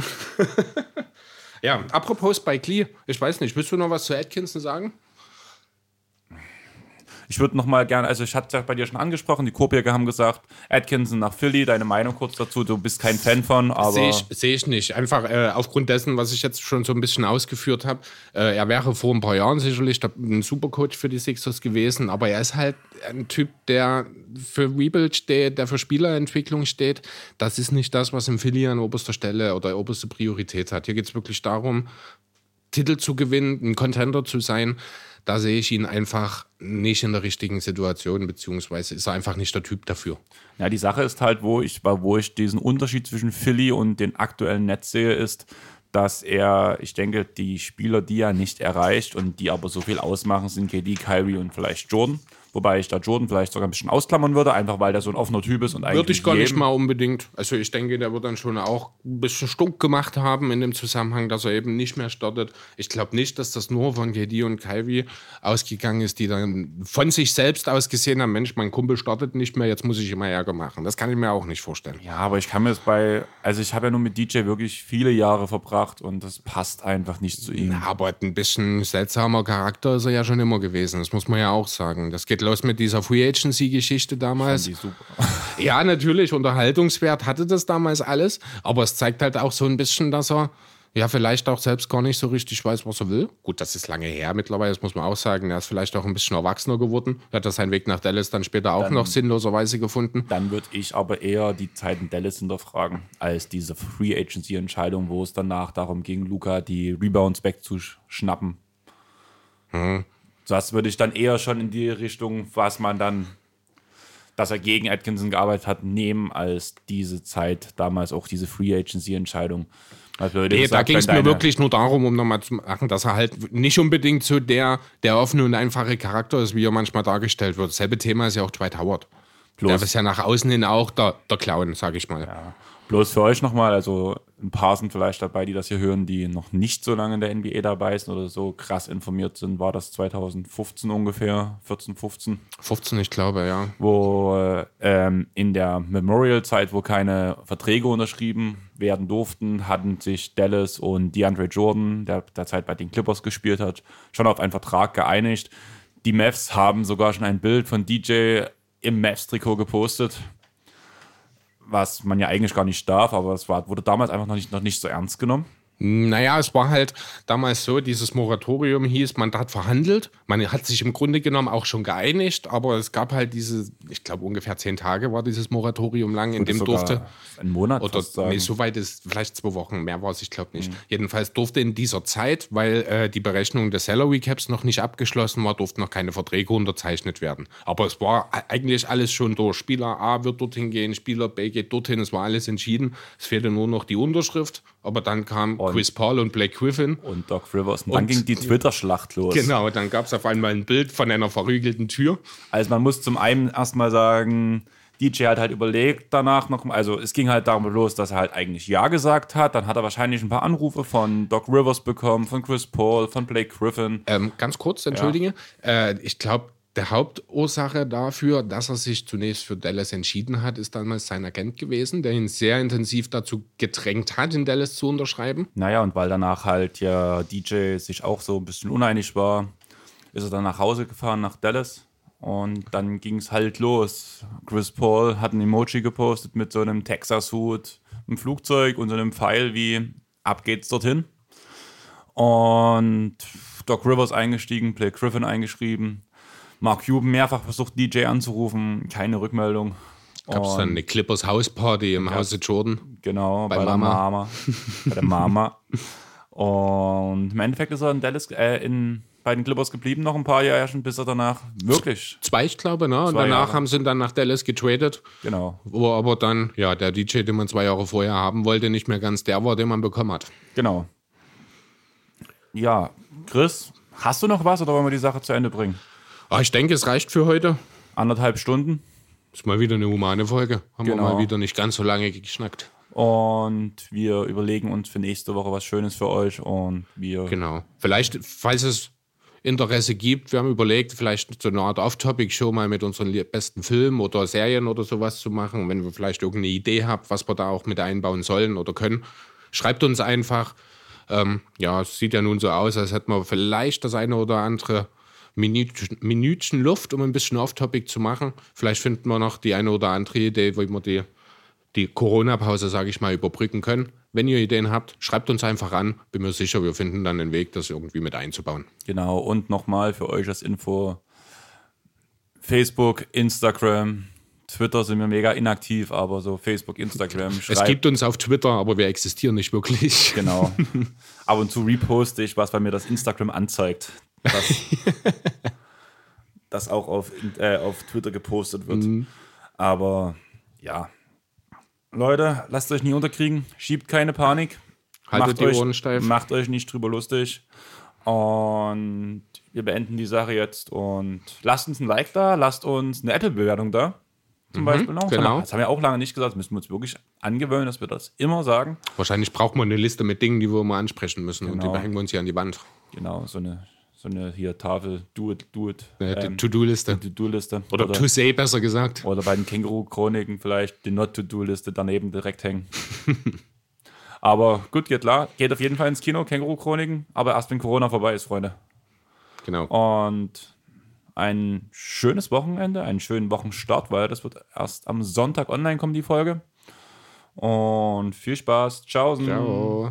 Ja, apropos Spike Lee, ich weiß nicht, willst du noch was zu Atkinson sagen? Ich würde noch mal gerne, also ich hatte ja bei dir schon angesprochen, die Korbjäger haben gesagt, Atkinson nach Philly, deine Meinung kurz dazu, du bist kein Fan von, aber... Sehe ich nicht. Einfach aufgrund dessen, was ich jetzt schon so ein bisschen ausgeführt habe. Er wäre vor ein paar Jahren sicherlich ein Supercoach für die Sixers gewesen, aber er ist halt ein Typ, der für Rebuild steht, der für Spielerentwicklung steht. Das ist nicht das, was im Philly an oberster Stelle oder oberste Priorität hat. Hier geht es wirklich darum, Titel zu gewinnen, ein Contender zu sein. Da sehe ich ihn einfach nicht in der richtigen Situation, beziehungsweise ist er einfach nicht der Typ dafür. Ja, die Sache ist halt, wo ich diesen Unterschied zwischen Philly und den aktuellen Nets sehe, ist, dass ich denke, die Spieler, die er nicht erreicht und die aber so viel ausmachen, sind KD, Kyrie und vielleicht Jordan. Wobei ich da Jordan vielleicht sogar ein bisschen ausklammern würde, einfach weil der so ein offener Typ ist und eigentlich. Würde ich gar nicht mal unbedingt. Also ich denke, der wird dann schon auch ein bisschen stunk gemacht haben in dem Zusammenhang, dass er eben nicht mehr startet. Ich glaube nicht, dass das nur von KD und Kyrie ausgegangen ist, die dann von sich selbst aus gesehen haben, Mensch, mein Kumpel startet nicht mehr, jetzt muss ich immer Ärger machen. Das kann ich mir auch nicht vorstellen. Ja, aber ich kann mir das ich habe ja nur mit DJ wirklich viele Jahre verbracht und das passt einfach nicht zu ihm. Ja, aber ein bisschen seltsamer Charakter ist er ja schon immer gewesen, das muss man ja auch sagen. Das geht los mit dieser Free Agency-Geschichte damals. Fand die super. Ja, natürlich, Unterhaltungswert hatte das damals alles, aber es zeigt halt auch so ein bisschen, dass er ja vielleicht auch selbst gar nicht so richtig weiß, was er will. Gut, das ist lange her mittlerweile, das muss man auch sagen. Er ist vielleicht auch ein bisschen erwachsener geworden. Er hat seinen Weg nach Dallas dann später auch noch sinnloserweise gefunden. Dann würde ich aber eher die Zeit in Dallas hinterfragen, als diese Free Agency-Entscheidung, wo es danach darum ging, Luka die Rebounds wegzuschnappen. Das würde ich dann eher schon in die Richtung, was man dann, dass er gegen Atkinson gearbeitet hat, nehmen, als diese Zeit damals auch diese Free Agency-Entscheidung. Also, Nee, da ging es mir wirklich nur darum, um nochmal zu machen, dass er halt nicht unbedingt so der offene und einfache Charakter ist, wie er manchmal dargestellt wird. Dasselbe Thema ist ja auch Dwight Howard. Der ist ja nach außen hin auch der Clown, sag ich mal. Ja. Bloß für euch nochmal, also ein paar sind vielleicht dabei, die das hier hören, die noch nicht so lange in der NBA dabei sind oder so krass informiert sind. War das 2015 ungefähr, 14, 15? 15, ich glaube, ja. Wo in der Memorial-Zeit, wo keine Verträge unterschrieben werden durften, hatten sich Dallas und DeAndre Jordan, der derzeit bei den Clippers gespielt hat, schon auf einen Vertrag geeinigt. Die Mavs haben sogar schon ein Bild von DJ im Mavs-Trikot gepostet, was man ja eigentlich gar nicht darf, aber es wurde damals einfach noch nicht so ernst genommen. Naja, es war halt damals so, dieses Moratorium hieß, man hat verhandelt, man hat sich im Grunde genommen auch schon geeinigt, aber es gab halt ich glaube ungefähr 10 Tage war dieses Moratorium lang, in dem durfte... Ein Monat oder nee, so weit ist vielleicht 2 Wochen, mehr war es, ich glaube nicht. Jedenfalls durfte in dieser Zeit, weil die Berechnung des Salary Caps noch nicht abgeschlossen war, durften noch keine Verträge unterzeichnet werden. Aber es war eigentlich alles schon durch. Spieler A wird dorthin gehen, Spieler B geht dorthin, es war alles entschieden. Es fehlte nur noch die Unterschrift, aber dann kam Chris Paul und Blake Griffin. Und Doc Rivers. Und dann ging die Twitter-Schlacht los. Genau, dann gab es auf einmal ein Bild von einer verriegelten Tür. Also man muss zum einen erstmal sagen, DJ hat halt überlegt danach noch, also es ging halt darum los, dass er halt eigentlich Ja gesagt hat. Dann hat er wahrscheinlich ein paar Anrufe von Doc Rivers bekommen, von Chris Paul, von Blake Griffin. Ganz kurz, entschuldige. Ja. Ich glaube, der Hauptursache dafür, dass er sich zunächst für Dallas entschieden hat, ist damals sein Agent gewesen, der ihn sehr intensiv dazu gedrängt hat, in Dallas zu unterschreiben. Naja, und weil danach halt ja DJ sich auch so ein bisschen uneinig war, ist er dann nach Hause gefahren, nach Dallas. Und dann ging es halt los. Chris Paul hat ein Emoji gepostet mit so einem Texas-Hut, einem Flugzeug und so einem Pfeil wie ab geht's dorthin. Und Doc Rivers eingestiegen, Blake Griffin eingeschrieben. Mark Cuban mehrfach versucht, DJ anzurufen, keine Rückmeldung. Gab es dann eine Clippers Hausparty im Hause Jordan? Genau, bei der Mama. Bei der Mama. Und im Endeffekt ist er in Dallas, bei den Clippers geblieben, noch ein paar Jahre schon, bis er danach wirklich... 2, ich glaube, ne? Und danach haben sie ihn dann nach Dallas getradet. Genau. Wo aber dann, ja, der DJ, den man 2 Jahre vorher haben wollte, nicht mehr ganz der war, den man bekommen hat. Genau. Ja, Chris, hast du noch was oder wollen wir die Sache zu Ende bringen? Ich denke, es reicht für heute. 1,5 Stunden. Ist mal wieder eine humane Folge. Haben wir mal wieder nicht ganz so lange geschnackt. Und wir überlegen uns für nächste Woche was Schönes für euch. Und wir... Genau. Vielleicht, falls es Interesse gibt, wir haben überlegt, vielleicht so eine Art Off-Topic-Show mal mit unseren besten Filmen oder Serien oder sowas zu machen. Wenn ihr vielleicht irgendeine Idee habt, was wir da auch mit einbauen sollen oder können, schreibt uns einfach. Es sieht ja nun so aus, als hätten wir vielleicht das eine oder andere Minütchen Luft, um ein bisschen Off-Topic zu machen. Vielleicht finden wir noch die eine oder andere Idee, wo wir die Corona-Pause, sage ich mal, überbrücken können. Wenn ihr Ideen habt, schreibt uns einfach an. Bin mir sicher, wir finden dann einen Weg, das irgendwie mit einzubauen. Genau, und nochmal für euch als Info: Facebook, Instagram, Twitter sind wir mega inaktiv, aber so Facebook, Instagram. Es gibt uns auf Twitter, aber wir existieren nicht wirklich. Genau. Ab und zu reposte ich was, weil mir das Instagram anzeigt, dass auch auf Twitter gepostet wird. Aber ja. Leute, lasst euch nie unterkriegen, schiebt keine Panik. Haltet die Ohren steif. Macht euch nicht drüber lustig. Und wir beenden die Sache jetzt und lasst uns ein Like da, lasst uns eine Apple-Bewertung da. Zum Beispiel noch. Genau. Das haben wir auch lange nicht gesagt, das müssen wir uns wirklich angewöhnen, dass wir das immer sagen. Wahrscheinlich braucht man eine Liste mit Dingen, die wir mal ansprechen müssen. Genau. Und die hängen wir uns hier an die Wand. Genau, so eine hier Tafel, do it. Die To-Do-Liste. Die To-Do-Liste. Oder To-Say, besser gesagt. Oder bei den Känguru-Chroniken vielleicht die Not-To-Do-Liste daneben direkt hängen. Aber gut, geht auf jeden Fall ins Kino, Känguru-Chroniken, aber erst wenn Corona vorbei ist, Freunde. Genau. Und ein schönes Wochenende, einen schönen Wochenstart, weil das wird erst am Sonntag online kommen, die Folge. Und viel Spaß. Ciao. Ciao.